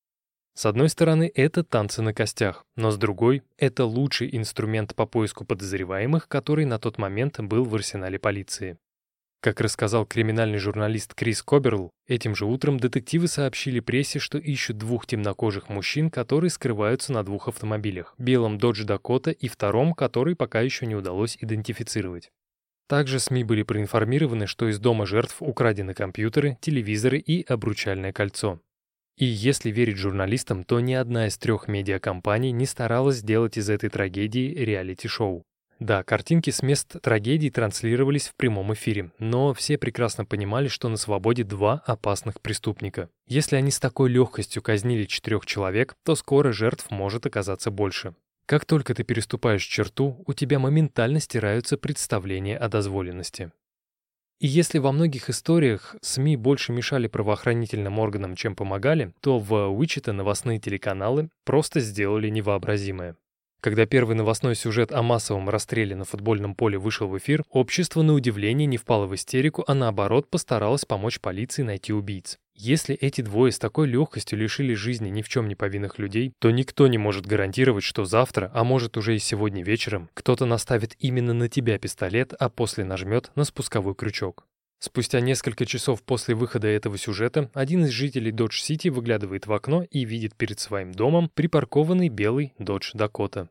С одной стороны, это танцы на костях, но с другой, это лучший инструмент по поиску подозреваемых, который на тот момент был в арсенале полиции. Как рассказал криминальный журналист Крис Коберл, этим же утром детективы сообщили прессе, что ищут двух темнокожих мужчин, которые скрываются на двух автомобилях – белом Dodge Dakota и втором, который пока еще не удалось идентифицировать. Также СМИ были проинформированы, что из дома жертв украдены компьютеры, телевизоры и обручальное кольцо. И если верить журналистам, то ни одна из трех медиакомпаний не старалась сделать из этой трагедии реалити-шоу. Да, картинки с мест трагедии транслировались в прямом эфире, но все прекрасно понимали, что на свободе два опасных преступника. Если они с такой легкостью казнили четырех человек, то скоро жертв может оказаться больше. Как только ты переступаешь черту, у тебя моментально стираются представления о дозволенности. И если во многих историях СМИ больше мешали правоохранительным органам, чем помогали, то в Уичито новостные телеканалы просто сделали невообразимое. Когда первый новостной сюжет о массовом расстреле на футбольном поле вышел в эфир, общество на удивление не впало в истерику, а наоборот постаралось помочь полиции найти убийц. Если эти двое с такой легкостью лишили жизни ни в чем не повинных людей, то никто не может гарантировать, что завтра, а может уже и сегодня вечером, кто-то наставит именно на тебя пистолет, а после нажмет на спусковой крючок. Спустя несколько часов после выхода этого сюжета, один из жителей Додж-Сити выглядывает в окно и видит перед своим домом припаркованный белый Dodge Dakota.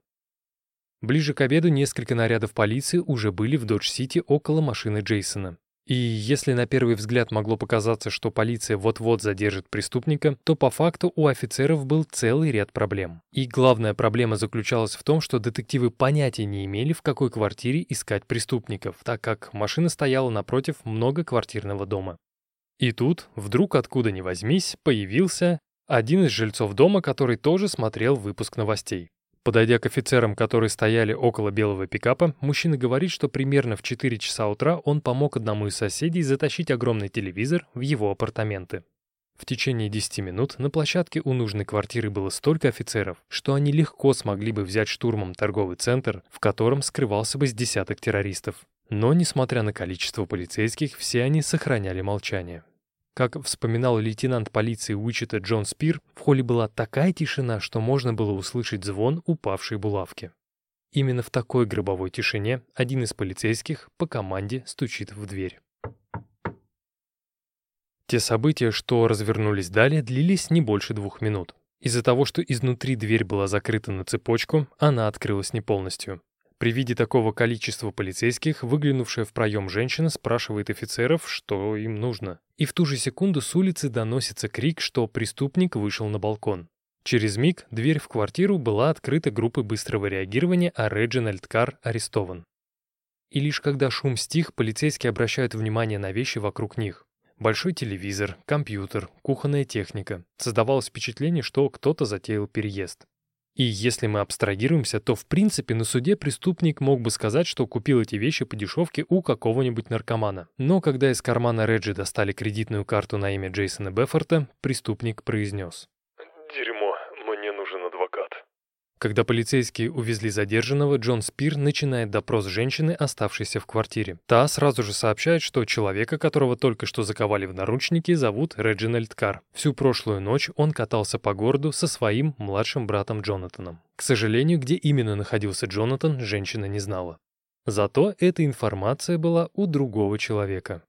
Ближе к обеду несколько нарядов полиции уже были в Додж-Сити около машины Джейсона. И если на первый взгляд могло показаться, что полиция вот-вот задержит преступника, то по факту у офицеров был целый ряд проблем. И главная проблема заключалась в том, что детективы понятия не имели, в какой квартире искать преступников, так как машина стояла напротив многоквартирного дома. И тут, вдруг откуда ни возьмись, появился один из жильцов дома, который тоже смотрел выпуск новостей. Подойдя к офицерам, которые стояли около белого пикапа, мужчина говорит, что примерно в четыре часа утра он помог одному из соседей затащить огромный телевизор в его апартаменты. В течение десяти минут на площадке у нужной квартиры было столько офицеров, что они легко смогли бы взять штурмом торговый центр, в котором скрывался бы с десяток террористов. Но, несмотря на количество полицейских, все они сохраняли молчание. Как вспоминал лейтенант полиции Уичета Джон Спир, в холле была такая тишина, что можно было услышать звон упавшей булавки. Именно в такой гробовой тишине один из полицейских по команде стучит в дверь. Те события, что развернулись далее, длились не больше двух минут. Из-за того, что изнутри дверь была закрыта на цепочку, она открылась не полностью. При виде такого количества полицейских, выглянувшая в проем женщина спрашивает офицеров, что им нужно. И в ту же секунду с улицы доносится крик, что преступник вышел на балкон. Через миг дверь в квартиру была открыта группой быстрого реагирования, а Реджинальд Карр арестован. И лишь когда шум стих, полицейские обращают внимание на вещи вокруг них. Большой телевизор, компьютер, кухонная техника. Создавалось впечатление, что кто-то затеял переезд. И если мы абстрагируемся, то в принципе на суде преступник мог бы сказать, что купил эти вещи по дешевке у какого-нибудь наркомана. Но когда из кармана Реджи достали кредитную карту на имя Джейсона Беффорта, преступник произнес: «Дерьмо, мне нужен адвокат». Когда полицейские увезли задержанного, Джон Спир начинает допрос женщины, оставшейся в квартире. Та сразу же сообщает, что человека, которого только что заковали в наручники, зовут Реджинальд Карр. Всю прошлую ночь он катался по городу со своим младшим братом Джонатаном. К сожалению, где именно находился Джонатан, женщина не знала. Зато эта информация была у другого человека.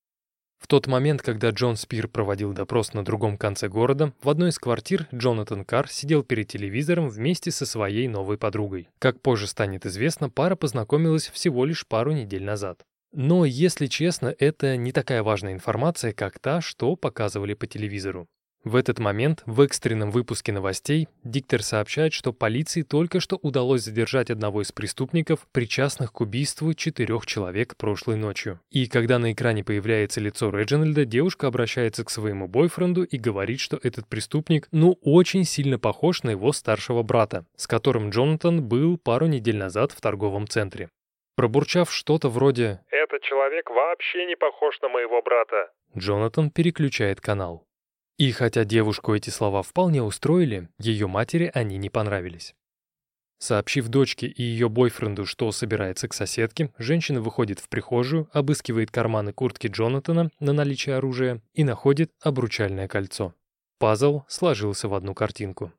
В тот момент, когда Джон Спир проводил допрос на другом конце города, в одной из квартир Джонатан Карр сидел перед телевизором вместе со своей новой подругой. Как позже станет известно, пара познакомилась всего лишь пару недель назад. Но, если честно, это не такая важная информация, как та, что показывали по телевизору. В этот момент в экстренном выпуске новостей диктор сообщает, что полиции только что удалось задержать одного из преступников, причастных к убийству четырех человек прошлой ночью. И когда на экране появляется лицо Реджинальда, девушка обращается к своему бойфренду и говорит, что этот преступник, ну, очень сильно похож на его старшего брата, с которым Джонатан был пару недель назад в торговом центре. Пробурчав что-то вроде «Этот человек вообще не похож на моего брата», Джонатан переключает канал. И хотя девушку эти слова вполне устроили, ее матери они не понравились. Сообщив дочке и ее бойфренду, что собирается к соседке, женщина выходит в прихожую, обыскивает карманы куртки Джонатана на наличие оружия и находит обручальное кольцо. Пазл сложился в одну картинку.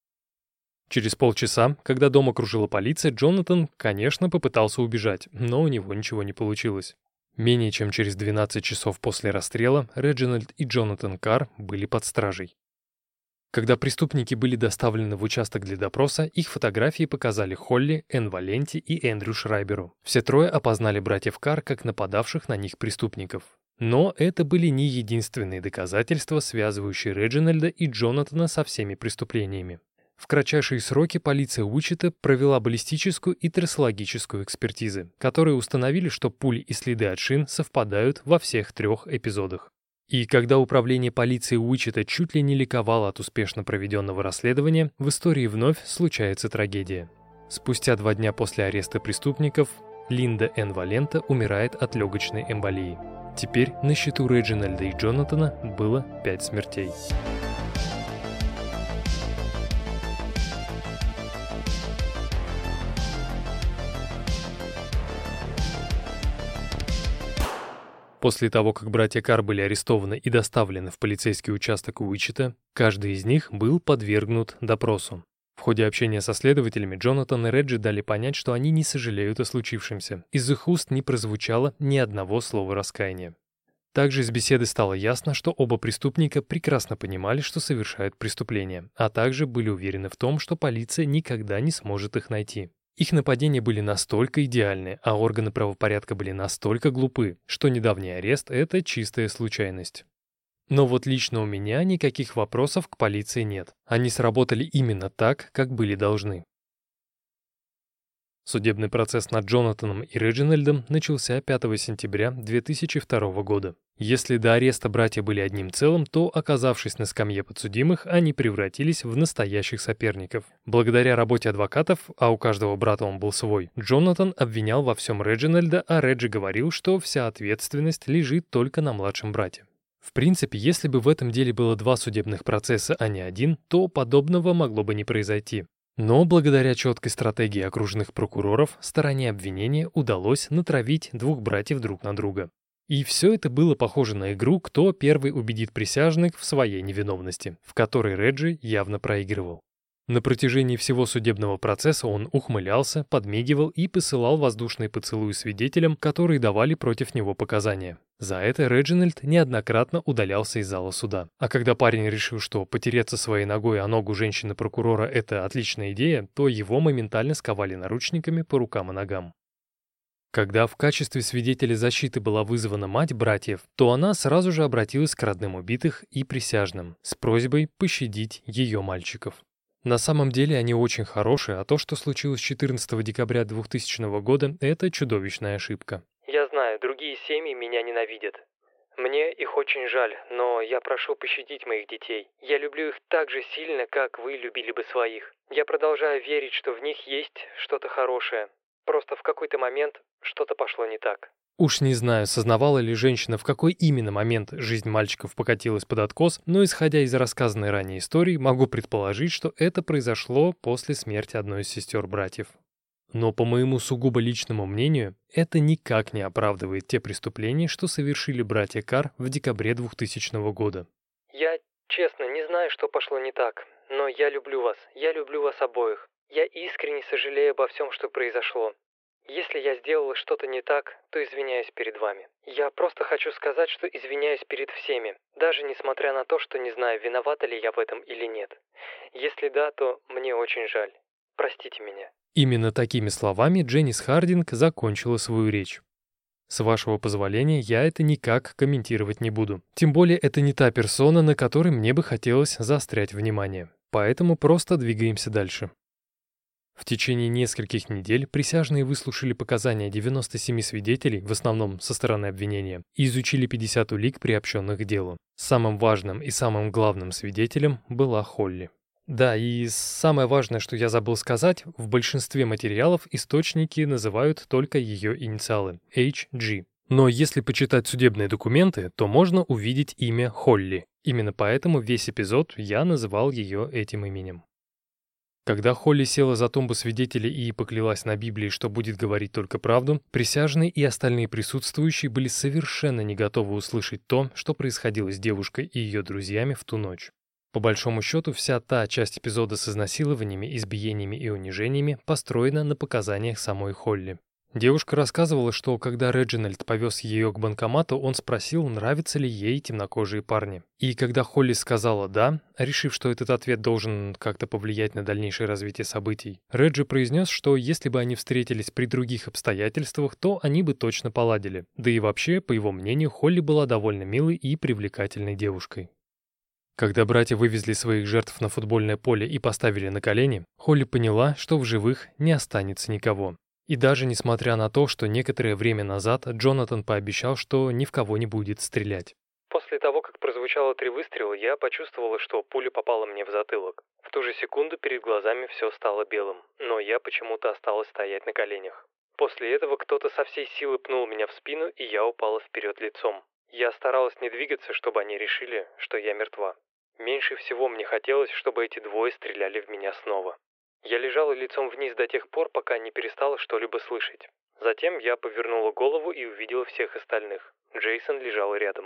Через полчаса, когда дом окружила полиция, Джонатан, конечно, попытался убежать, но у него ничего не получилось. Менее чем через двенадцать часов после расстрела Реджинальд и Джонатан Карр были под стражей. Когда преступники были доставлены в участок для допроса, их фотографии показали Холли, Энн Валенти и Эндрю Шрайберу. Все трое опознали братьев Карр как нападавших на них преступников. Но это были не единственные доказательства, связывающие Реджинальда и Джонатана со всеми преступлениями. В кратчайшие сроки полиция Уичета провела баллистическую и трассологическую экспертизы, которые установили, что пули и следы от шин совпадают во всех трех эпизодах. И когда управление полиции Уичета чуть ли не ликовало от успешно проведенного расследования, в истории вновь случается трагедия. Спустя два дня после ареста преступников Линда Энн Валента умирает от легочной эмболии. Теперь на счету Реджинальда и Джонатана было пять смертей. После того, как братья Карр были арестованы и доставлены в полицейский участок Уичета, каждый из них был подвергнут допросу. В ходе общения со следователями Джонатан и Реджи дали понять, что они не сожалеют о случившемся. Из их уст не прозвучало ни одного слова раскаяния. Также из беседы стало ясно, что оба преступника прекрасно понимали, что совершают преступление, а также были уверены в том, что полиция никогда не сможет их найти. Их нападения были настолько идеальны, а органы правопорядка были настолько глупы, что недавний арест — это чистая случайность. Но вот лично у меня никаких вопросов к полиции нет. Они сработали именно так, как были должны. Судебный процесс над Джонатаном и Реджинальдом начался пятого сентября две тысячи второго года. Если до ареста братья были одним целым, то, оказавшись на скамье подсудимых, они превратились в настоящих соперников. Благодаря работе адвокатов, а у каждого брата он был свой, Джонатан обвинял во всем Реджинальда, а Реджи говорил, что вся ответственность лежит только на младшем брате. В принципе, если бы в этом деле было два судебных процесса, а не один, то подобного могло бы не произойти. Но благодаря четкой стратегии окружных прокуроров стороне обвинения удалось натравить двух братьев друг на друга. И все это было похоже на игру, кто первый убедит присяжных в своей невиновности, в которой Реджи явно проигрывал. На протяжении всего судебного процесса он ухмылялся, подмигивал и посылал воздушные поцелуи свидетелям, которые давали против него показания. За это Реджинальд неоднократно удалялся из зала суда. А когда парень решил, что потереться своей ногой о ногу женщины-прокурора – это отличная идея, то его моментально сковали наручниками по рукам и ногам. Когда в качестве свидетеля защиты была вызвана мать братьев, то она сразу же обратилась к родным убитых и присяжным с просьбой пощадить ее мальчиков. На самом деле они очень хорошие, а то, что случилось четырнадцатого декабря двухтысячного года, это чудовищная ошибка. Я знаю, другие семьи меня ненавидят. Мне их очень жаль, но я прошу пощадить моих детей. Я люблю их так же сильно, как вы любили бы своих. Я продолжаю верить, что в них есть что-то хорошее. Просто в какой-то момент что-то пошло не так. Уж не знаю, сознавала ли женщина, в какой именно момент жизнь мальчиков покатилась под откос, но исходя из рассказанной ранее истории, могу предположить, что это произошло после смерти одной из сестер братьев. Но по моему сугубо личному мнению, это никак не оправдывает те преступления, что совершили братья Карр в декабре двухтысячного года. Я, честно, не знаю, что пошло не так, но я люблю вас, я люблю вас обоих. Я искренне сожалею обо всем, что произошло. Если я сделала что-то не так, то извиняюсь перед вами. Я просто хочу сказать, что извиняюсь перед всеми, даже несмотря на то, что не знаю, виновата ли я в этом или нет. Если да, то мне очень жаль. Простите меня. Именно такими словами Дженнис Хардинг закончила свою речь. С вашего позволения, я это никак комментировать не буду. Тем более, это не та персона, на которой мне бы хотелось заострять внимание. Поэтому просто двигаемся дальше. В течение нескольких недель присяжные выслушали показания девяноста семи свидетелей, в основном со стороны обвинения, и изучили пятьдесят улик, приобщенных к делу. Самым важным и самым главным свидетелем была Холли. Да, и самое важное, что я забыл сказать, в большинстве материалов источники называют только ее инициалы – эйч джи. Но если почитать судебные документы, то можно увидеть имя Холли. Именно поэтому весь эпизод я называл ее этим именем. Когда Холли села за тумбу свидетелей и поклялась на Библии, что будет говорить только правду, присяжные и остальные присутствующие были совершенно не готовы услышать то, что происходило с девушкой и ее друзьями в ту ночь. По большому счету, вся та часть эпизода с изнасилованиями, избиениями и унижениями построена на показаниях самой Холли. Девушка рассказывала, что когда Реджинальд повез ее к банкомату, он спросил, нравятся ли ей темнокожие парни. И когда Холли сказала «да», решив, что этот ответ должен как-то повлиять на дальнейшее развитие событий, Реджи произнес, что если бы они встретились при других обстоятельствах, то они бы точно поладили. Да и вообще, по его мнению, Холли была довольно милой и привлекательной девушкой. Когда братья вывезли своих жертв на футбольное поле и поставили на колени, Холли поняла, что в живых не останется никого. И даже несмотря на то, что некоторое время назад Джонатан пообещал, что ни в кого не будет стрелять. После того, как прозвучало три выстрела, я почувствовала, что пуля попала мне в затылок. В ту же секунду перед глазами все стало белым, но я почему-то осталась стоять на коленях. После этого кто-то со всей силы пнул меня в спину, и я упала вперед лицом. Я старалась не двигаться, чтобы они решили, что я мертва. Меньше всего мне хотелось, чтобы эти двое стреляли в меня снова. Я лежала лицом вниз до тех пор, пока не перестала что-либо слышать. Затем я повернула голову и увидела всех остальных. Джейсон лежал рядом.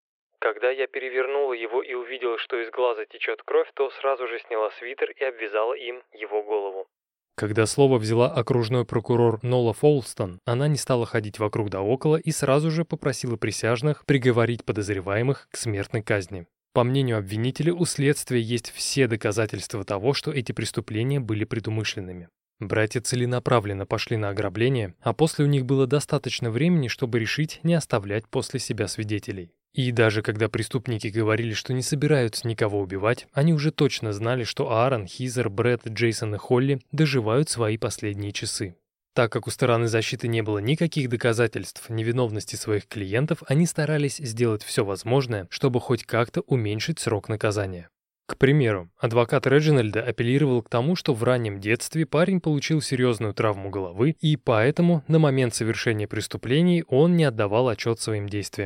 Когда я перевернула его и увидела, что из глаза течет кровь, то сразу же сняла свитер и обвязала им его голову. Когда слово взяла окружной прокурор Нола Фолстон, она не стала ходить вокруг да около и сразу же попросила присяжных приговорить подозреваемых к смертной казни. По мнению обвинителя, у следствия есть все доказательства того, что эти преступления были предумышленными. Братья целенаправленно пошли на ограбление, а после у них было достаточно времени, чтобы решить не оставлять после себя свидетелей. И даже когда преступники говорили, что не собираются никого убивать, они уже точно знали, что Аарон, Хизер, Брэд, Джейсон и Холли доживают свои последние часы. Так как у стороны защиты не было никаких доказательств невиновности своих клиентов, они старались сделать все возможное, чтобы хоть как-то уменьшить срок наказания. К примеру, адвокат Реджинальда апеллировал к тому, что в раннем детстве парень получил серьезную травму головы, и поэтому на момент совершения преступлений он не отдавал отчет своим действиям.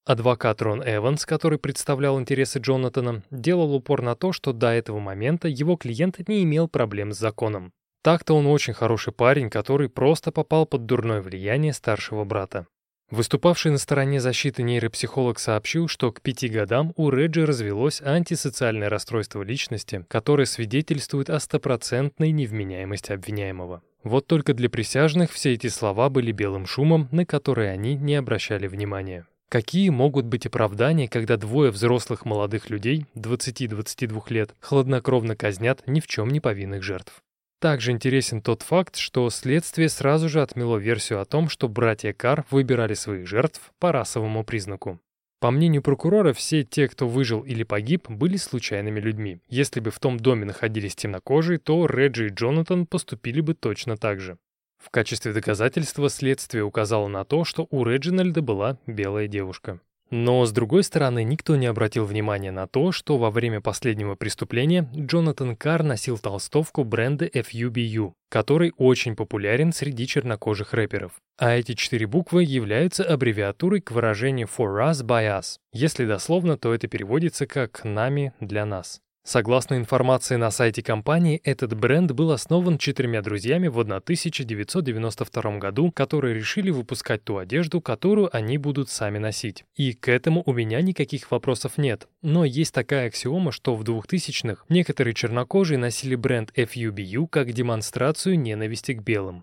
Адвокат Рон Эванс, который представлял интересы Джонатана, делал упор на то, что до этого момента его клиент не имел проблем с законом. Так-то он очень хороший парень, который просто попал под дурное влияние старшего брата. Выступавший на стороне защиты нейропсихолог сообщил, что к пяти годам у Реджи развелось антисоциальное расстройство личности, которое свидетельствует о стопроцентной невменяемости обвиняемого. Вот только для присяжных все эти слова были белым шумом, на которые они не обращали внимания. Какие могут быть оправдания, когда двое взрослых молодых людей, двадцати-двадцати двух лет, хладнокровно казнят ни в чем не повинных жертв? Также интересен тот факт, что следствие сразу же отмело версию о том, что братья Карр выбирали своих жертв по расовому признаку. По мнению прокурора, все те, кто выжил или погиб, были случайными людьми. Если бы в том доме находились темнокожие, то Реджи и Джонатан поступили бы точно так же. В качестве доказательства следствие указало на то, что у Реджинальда была белая девушка. Но, с другой стороны, никто не обратил внимания на то, что во время последнего преступления Джонатан Карр носил толстовку бренда эф ю би ю, который очень популярен среди чернокожих рэперов. А эти четыре буквы являются аббревиатурой к выражению «for us by us». Если дословно, то это переводится как «нами для нас». Согласно информации на сайте компании, этот бренд был основан четырьмя друзьями в тысяча девятьсот девяносто втором году, которые решили выпускать ту одежду, которую они будут сами носить. И к этому у меня никаких вопросов нет. Но есть такая аксиома, что в двухтысячных некоторые чернокожие носили бренд эф ю би ю как демонстрацию ненависти к белым.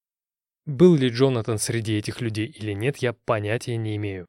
Был ли Джонатан среди этих людей или нет, я понятия не имею.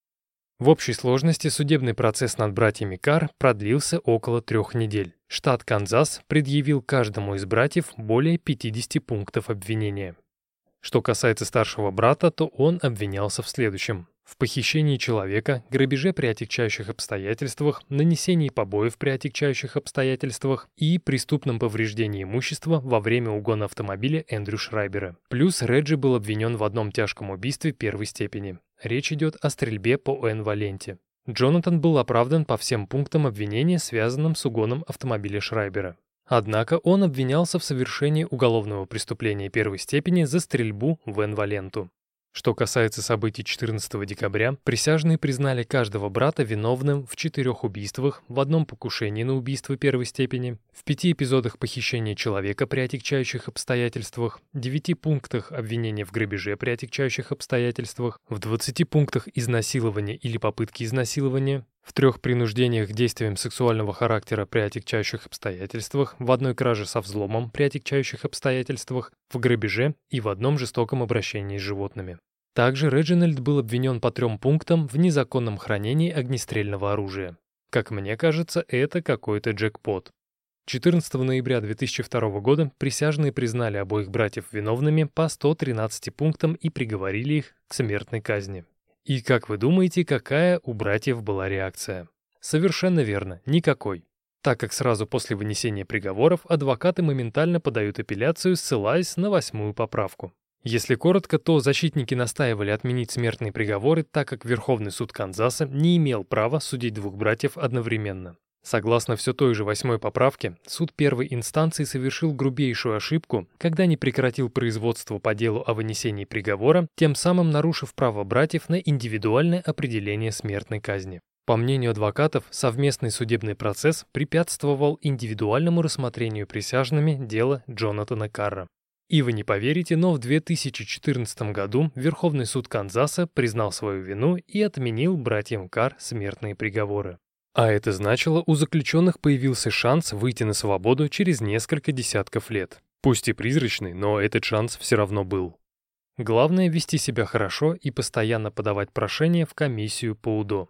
В общей сложности судебный процесс над братьями Карр продлился около трех недель. Штат Канзас предъявил каждому из братьев более пятидесяти пунктов обвинения. Что касается старшего брата, то он обвинялся в следующем: в похищении человека, грабеже при отягчающих обстоятельствах, нанесении побоев при отягчающих обстоятельствах и преступном повреждении имущества во время угона автомобиля Эндрю Шрайбера. Плюс Реджи был обвинен в одном тяжком убийстве первой степени. Речь идет о стрельбе по Н-Валенте. Джонатан был оправдан по всем пунктам обвинения, связанным с угоном автомобиля Шрайбера. Однако он обвинялся в совершении уголовного преступления первой степени за стрельбу в Н-Валенту. Что касается событий четырнадцатого декабря, присяжные признали каждого брата виновным в четырех убийствах, в одном покушении на убийство первой степени, в пяти эпизодах похищения человека при отягчающих обстоятельствах, девяти пунктах обвинения в грабеже при отягчающих обстоятельствах, в двадцати пунктах изнасилования или попытки изнасилования, в трех принуждениях к действиям сексуального характера при отягчающих обстоятельствах, в одной краже со взломом при отягчающих обстоятельствах, в грабеже и в одном жестоком обращении с животными. Также Реджинальд был обвинен по трем пунктам в незаконном хранении огнестрельного оружия. Как мне кажется, это какой-то джекпот. четырнадцатого ноября две тысячи второго года присяжные признали обоих братьев виновными по ста тринадцати пунктам и приговорили их к смертной казни. И как вы думаете, какая у братьев была реакция? Совершенно верно, никакой. Так как сразу после вынесения приговоров адвокаты моментально подают апелляцию, ссылаясь на восьмую поправку. Если коротко, то защитники настаивали отменить смертные приговоры, так как Верховный суд Канзаса не имел права судить двух братьев одновременно. Согласно все той же восьмой поправке, суд первой инстанции совершил грубейшую ошибку, когда не прекратил производство по делу о вынесении приговора, тем самым нарушив право братьев на индивидуальное определение смертной казни. По мнению адвокатов, совместный судебный процесс препятствовал индивидуальному рассмотрению присяжными дела Джонатана Карра. И вы не поверите, но в две тысячи четырнадцатом году Верховный суд Канзаса признал свою вину и отменил братьям Карр смертные приговоры. А это значило, у заключенных появился шанс выйти на свободу через несколько десятков лет. Пусть и призрачный, но этот шанс все равно был. Главное — вести себя хорошо и постоянно подавать прошения в комиссию по УДО.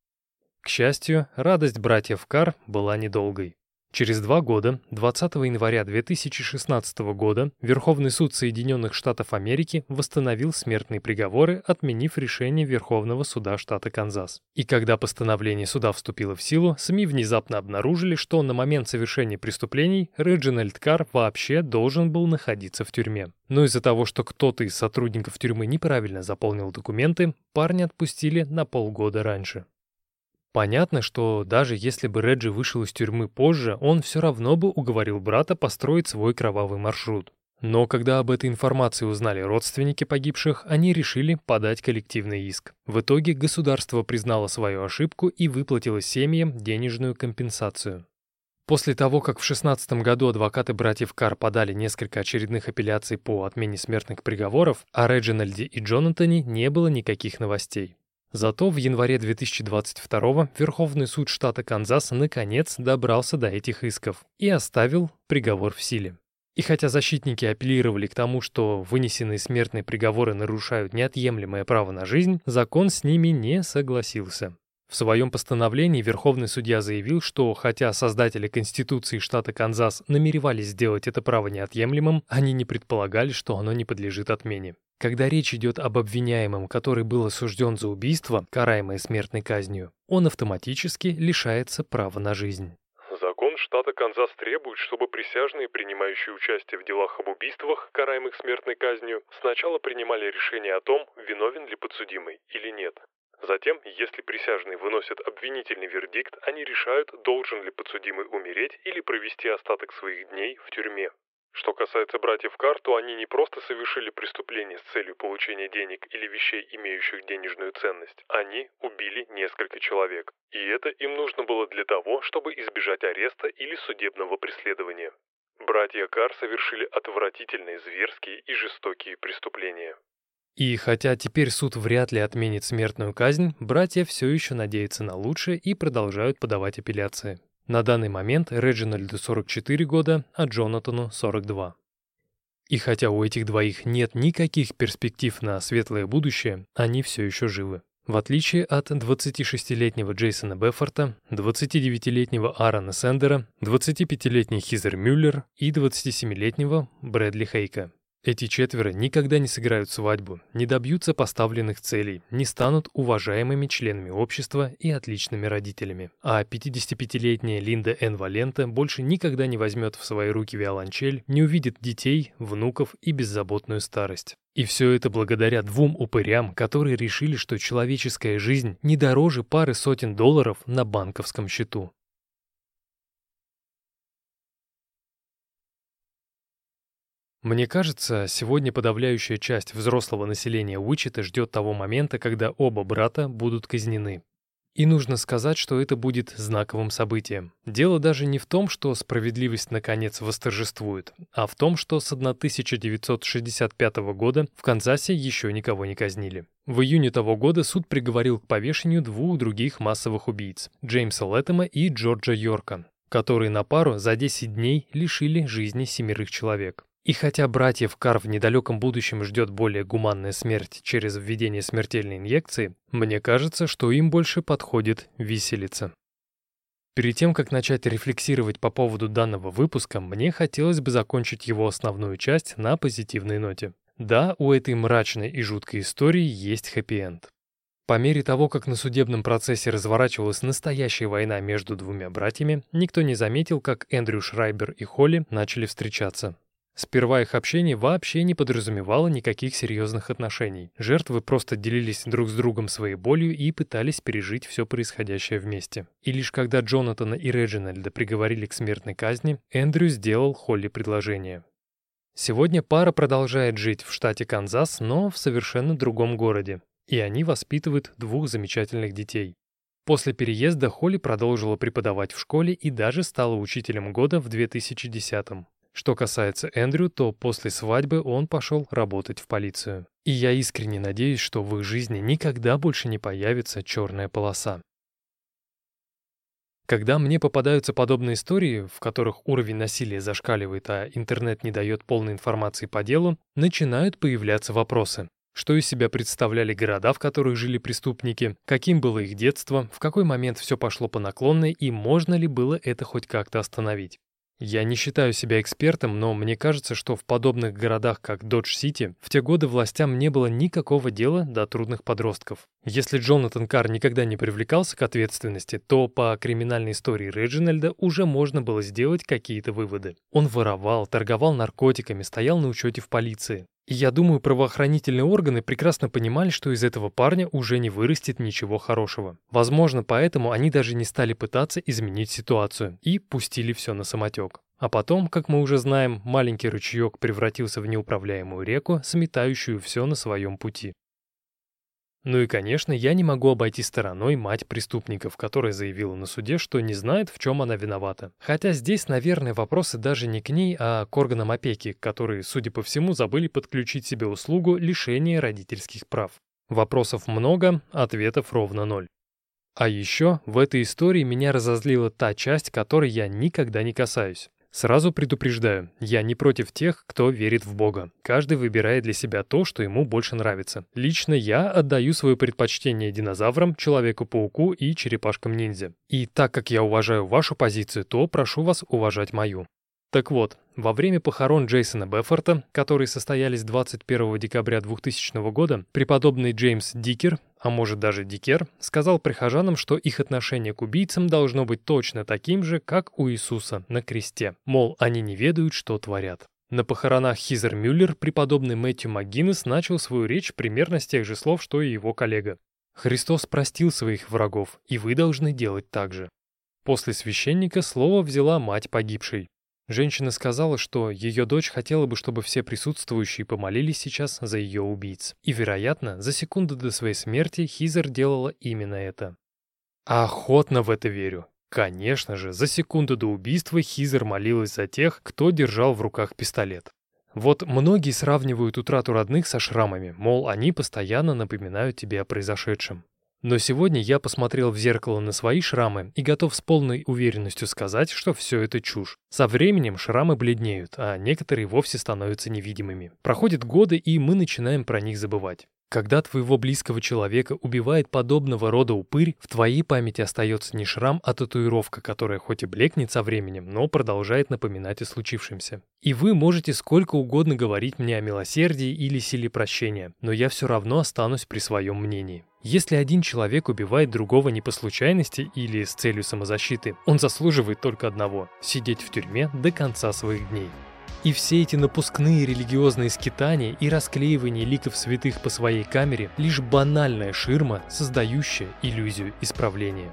К счастью, радость братьев Карр была недолгой. Через два года, двадцатого января две тысячи шестнадцатого года, Верховный суд Соединенных Штатов Америки восстановил смертные приговоры, отменив решение Верховного суда штата Канзас. И когда постановление суда вступило в силу, СМИ внезапно обнаружили, что на момент совершения преступлений Реджинальд Карр вообще должен был находиться в тюрьме. Но из-за того, что кто-то из сотрудников тюрьмы неправильно заполнил документы, парня отпустили на полгода раньше. Понятно, что даже если бы Реджи вышел из тюрьмы позже, он все равно бы уговорил брата построить свой кровавый маршрут. Но когда об этой информации узнали родственники погибших, они решили подать коллективный иск. В итоге государство признало свою ошибку и выплатило семьям денежную компенсацию. После того, как в шестнадцатом году адвокаты братьев Карр подали несколько очередных апелляций по отмене смертных приговоров, о Реджинальде и Джонатане не было никаких новостей. Зато в январе две тысячи двадцать второго Верховный суд штата Канзас наконец добрался до этих исков и оставил приговор в силе. И хотя защитники апеллировали к тому, что вынесенные смертные приговоры нарушают неотъемлемое право на жизнь, закон с ними не согласился. В своем постановлении Верховный судья заявил, что хотя создатели Конституции штата Канзас намеревались сделать это право неотъемлемым, они не предполагали, что оно не подлежит отмене. Когда речь идет об обвиняемом, который был осужден за убийство, караемое смертной казнью, он автоматически лишается права на жизнь. Закон штата Канзас требует, чтобы присяжные, принимающие участие в делах об убийствах, караемых смертной казнью, сначала принимали решение о том, виновен ли подсудимый или нет. Затем, если присяжные выносят обвинительный вердикт, они решают, должен ли подсудимый умереть или провести остаток своих дней в тюрьме. Что касается братьев Карр, то они не просто совершили преступление с целью получения денег или вещей, имеющих денежную ценность. Они убили несколько человек. И это им нужно было для того, чтобы избежать ареста или судебного преследования. Братья Карр совершили отвратительные, зверские и жестокие преступления. И хотя теперь суд вряд ли отменит смертную казнь, братья все еще надеются на лучшее и продолжают подавать апелляции. На данный момент Реджинальду сорок четыре года, а Джонатану сорок два. И хотя у этих двоих нет никаких перспектив на светлое будущее, они все еще живы. В отличие от двадцатишестилетнего Джейсона Беффорта, двадцатидевятилетнего Аарона Сендера, двадцатипятилетней Хизер Мюллер и двадцатисемилетнего Брэдли Хейка. Эти четверо никогда не сыграют свадьбу, не добьются поставленных целей, не станут уважаемыми членами общества и отличными родителями. А пятидесятипятилетняя Линда Энн Валента больше никогда не возьмет в свои руки виолончель, не увидит детей, внуков и беззаботную старость. И все это благодаря двум упырям, которые решили, что человеческая жизнь не дороже пары сотен долларов на банковском счету. Мне кажется, сегодня подавляющая часть взрослого населения Уичета ждет того момента, когда оба брата будут казнены. И нужно сказать, что это будет знаковым событием. Дело даже не в том, что справедливость наконец восторжествует, а в том, что с тысяча девятьсот шестьдесят пятого года в Канзасе еще никого не казнили. В июне того года суд приговорил к повешению двух других массовых убийц – Джеймса Лэттема и Джорджа Йорка, которые на пару за десять дней лишили жизни семерых человек. И хотя братьев Карр в недалеком будущем ждет более гуманная смерть через введение смертельной инъекции, мне кажется, что им больше подходит виселица. Перед тем, как начать рефлексировать по поводу данного выпуска, мне хотелось бы закончить его основную часть на позитивной ноте. Да, у этой мрачной и жуткой истории есть хэппи-энд. По мере того, как на судебном процессе разворачивалась настоящая война между двумя братьями, никто не заметил, как Эндрю Шрайбер и Холли начали встречаться. Сперва их общение вообще не подразумевало никаких серьезных отношений. Жертвы просто делились друг с другом своей болью и пытались пережить все происходящее вместе. И лишь когда Джонатана и Реджинальда приговорили к смертной казни, Эндрю сделал Холли предложение. Сегодня пара продолжает жить в штате Канзас, но в совершенно другом городе. И они воспитывают двух замечательных детей. После переезда Холли продолжила преподавать в школе и даже стала учителем года в две тысячи десятом. Что касается Эндрю, то после свадьбы он пошел работать в полицию. И я искренне надеюсь, что в их жизни никогда больше не появится черная полоса. Когда мне попадаются подобные истории, в которых уровень насилия зашкаливает, а интернет не дает полной информации по делу, начинают появляться вопросы. Что из себя представляли города, в которых жили преступники, каким было их детство, в какой момент все пошло по наклонной и можно ли было это хоть как-то остановить. Я не считаю себя экспертом, но мне кажется, что в подобных городах, как Додж-Сити, в те годы властям не было никакого дела до трудных подростков. Если Джонатан Карр никогда не привлекался к ответственности, то по криминальной истории Реджинальда уже можно было сделать какие-то выводы. Он воровал, торговал наркотиками, стоял на учете в полиции. И я думаю, правоохранительные органы прекрасно понимали, что из этого парня уже не вырастет ничего хорошего. Возможно, поэтому они даже не стали пытаться изменить ситуацию и пустили все на самотек. А потом, как мы уже знаем, маленький ручеек превратился в неуправляемую реку, сметающую все на своем пути. Ну и, конечно, я не могу обойти стороной мать преступников, которая заявила на суде, что не знает, в чем она виновата. Хотя здесь, наверное, вопросы даже не к ней, а к органам опеки, которые, судя по всему, забыли подключить себе услугу лишения родительских прав. Вопросов много, ответов ровно ноль. А еще в этой истории меня разозлила та часть, которой я никогда не касаюсь. Сразу предупреждаю, я не против тех, кто верит в Бога. Каждый выбирает для себя то, что ему больше нравится. Лично я отдаю свое предпочтение динозаврам, Человеку-пауку и черепашкам-ниндзя. И так как я уважаю вашу позицию, то прошу вас уважать мою. Так вот, во время похорон Джейсона Беффорта, которые состоялись двадцать первого декабря двухтысячного года, преподобный Джеймс Дикер, а может даже Дикер, сказал прихожанам, что их отношение к убийцам должно быть точно таким же, как у Иисуса на кресте. Мол, они не ведают, что творят. На похоронах Хизер Мюллер преподобный Мэтью МакГиннес начал свою речь примерно с тех же слов, что и его коллега. «Христос простил своих врагов, и вы должны делать так же». После священника слово взяла мать погибшей. Женщина сказала, что ее дочь хотела бы, чтобы все присутствующие помолились сейчас за ее убийц. И, вероятно, за секунду до своей смерти Хизер делала именно это. Охотно в это верю. Конечно же, за секунду до убийства Хизер молилась за тех, кто держал в руках пистолет. Вот многие сравнивают утрату родных со шрамами, мол, они постоянно напоминают тебе о произошедшем. Но сегодня я посмотрел в зеркало на свои шрамы и готов с полной уверенностью сказать, что все это чушь. Со временем шрамы бледнеют, а некоторые вовсе становятся невидимыми. Проходят годы, и мы начинаем про них забывать. Когда твоего близкого человека убивает подобного рода упырь, в твоей памяти остается не шрам, а татуировка, которая хоть и блекнет со временем, но продолжает напоминать о случившемся. И вы можете сколько угодно говорить мне о милосердии или силе прощения, но я все равно останусь при своем мнении. Если один человек убивает другого не по случайности или с целью самозащиты, он заслуживает только одного – сидеть в тюрьме до конца своих дней. И все эти напускные религиозные скитания и расклеивание ликов святых по своей камере – лишь банальная ширма, создающая иллюзию исправления.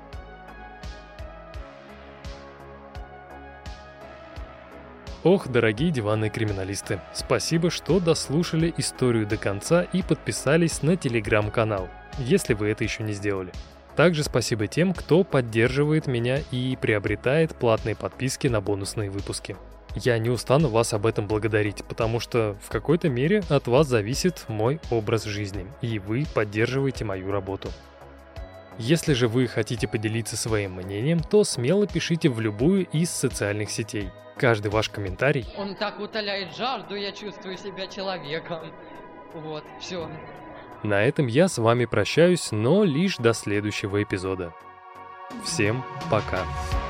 Ох, дорогие диванные криминалисты, спасибо, что дослушали историю до конца и подписались на телеграм-канал, если вы это еще не сделали. Также спасибо тем, кто поддерживает меня и приобретает платные подписки на бонусные выпуски. Я не устану вас об этом благодарить, потому что в какой-то мере от вас зависит мой образ жизни, и вы поддерживаете мою работу. Если же вы хотите поделиться своим мнением, то смело пишите в любую из социальных сетей. Каждый ваш комментарий... Он так утоляет жажду, я чувствую себя человеком. Вот, все. На этом я с вами прощаюсь, но лишь до следующего эпизода. Всем пока.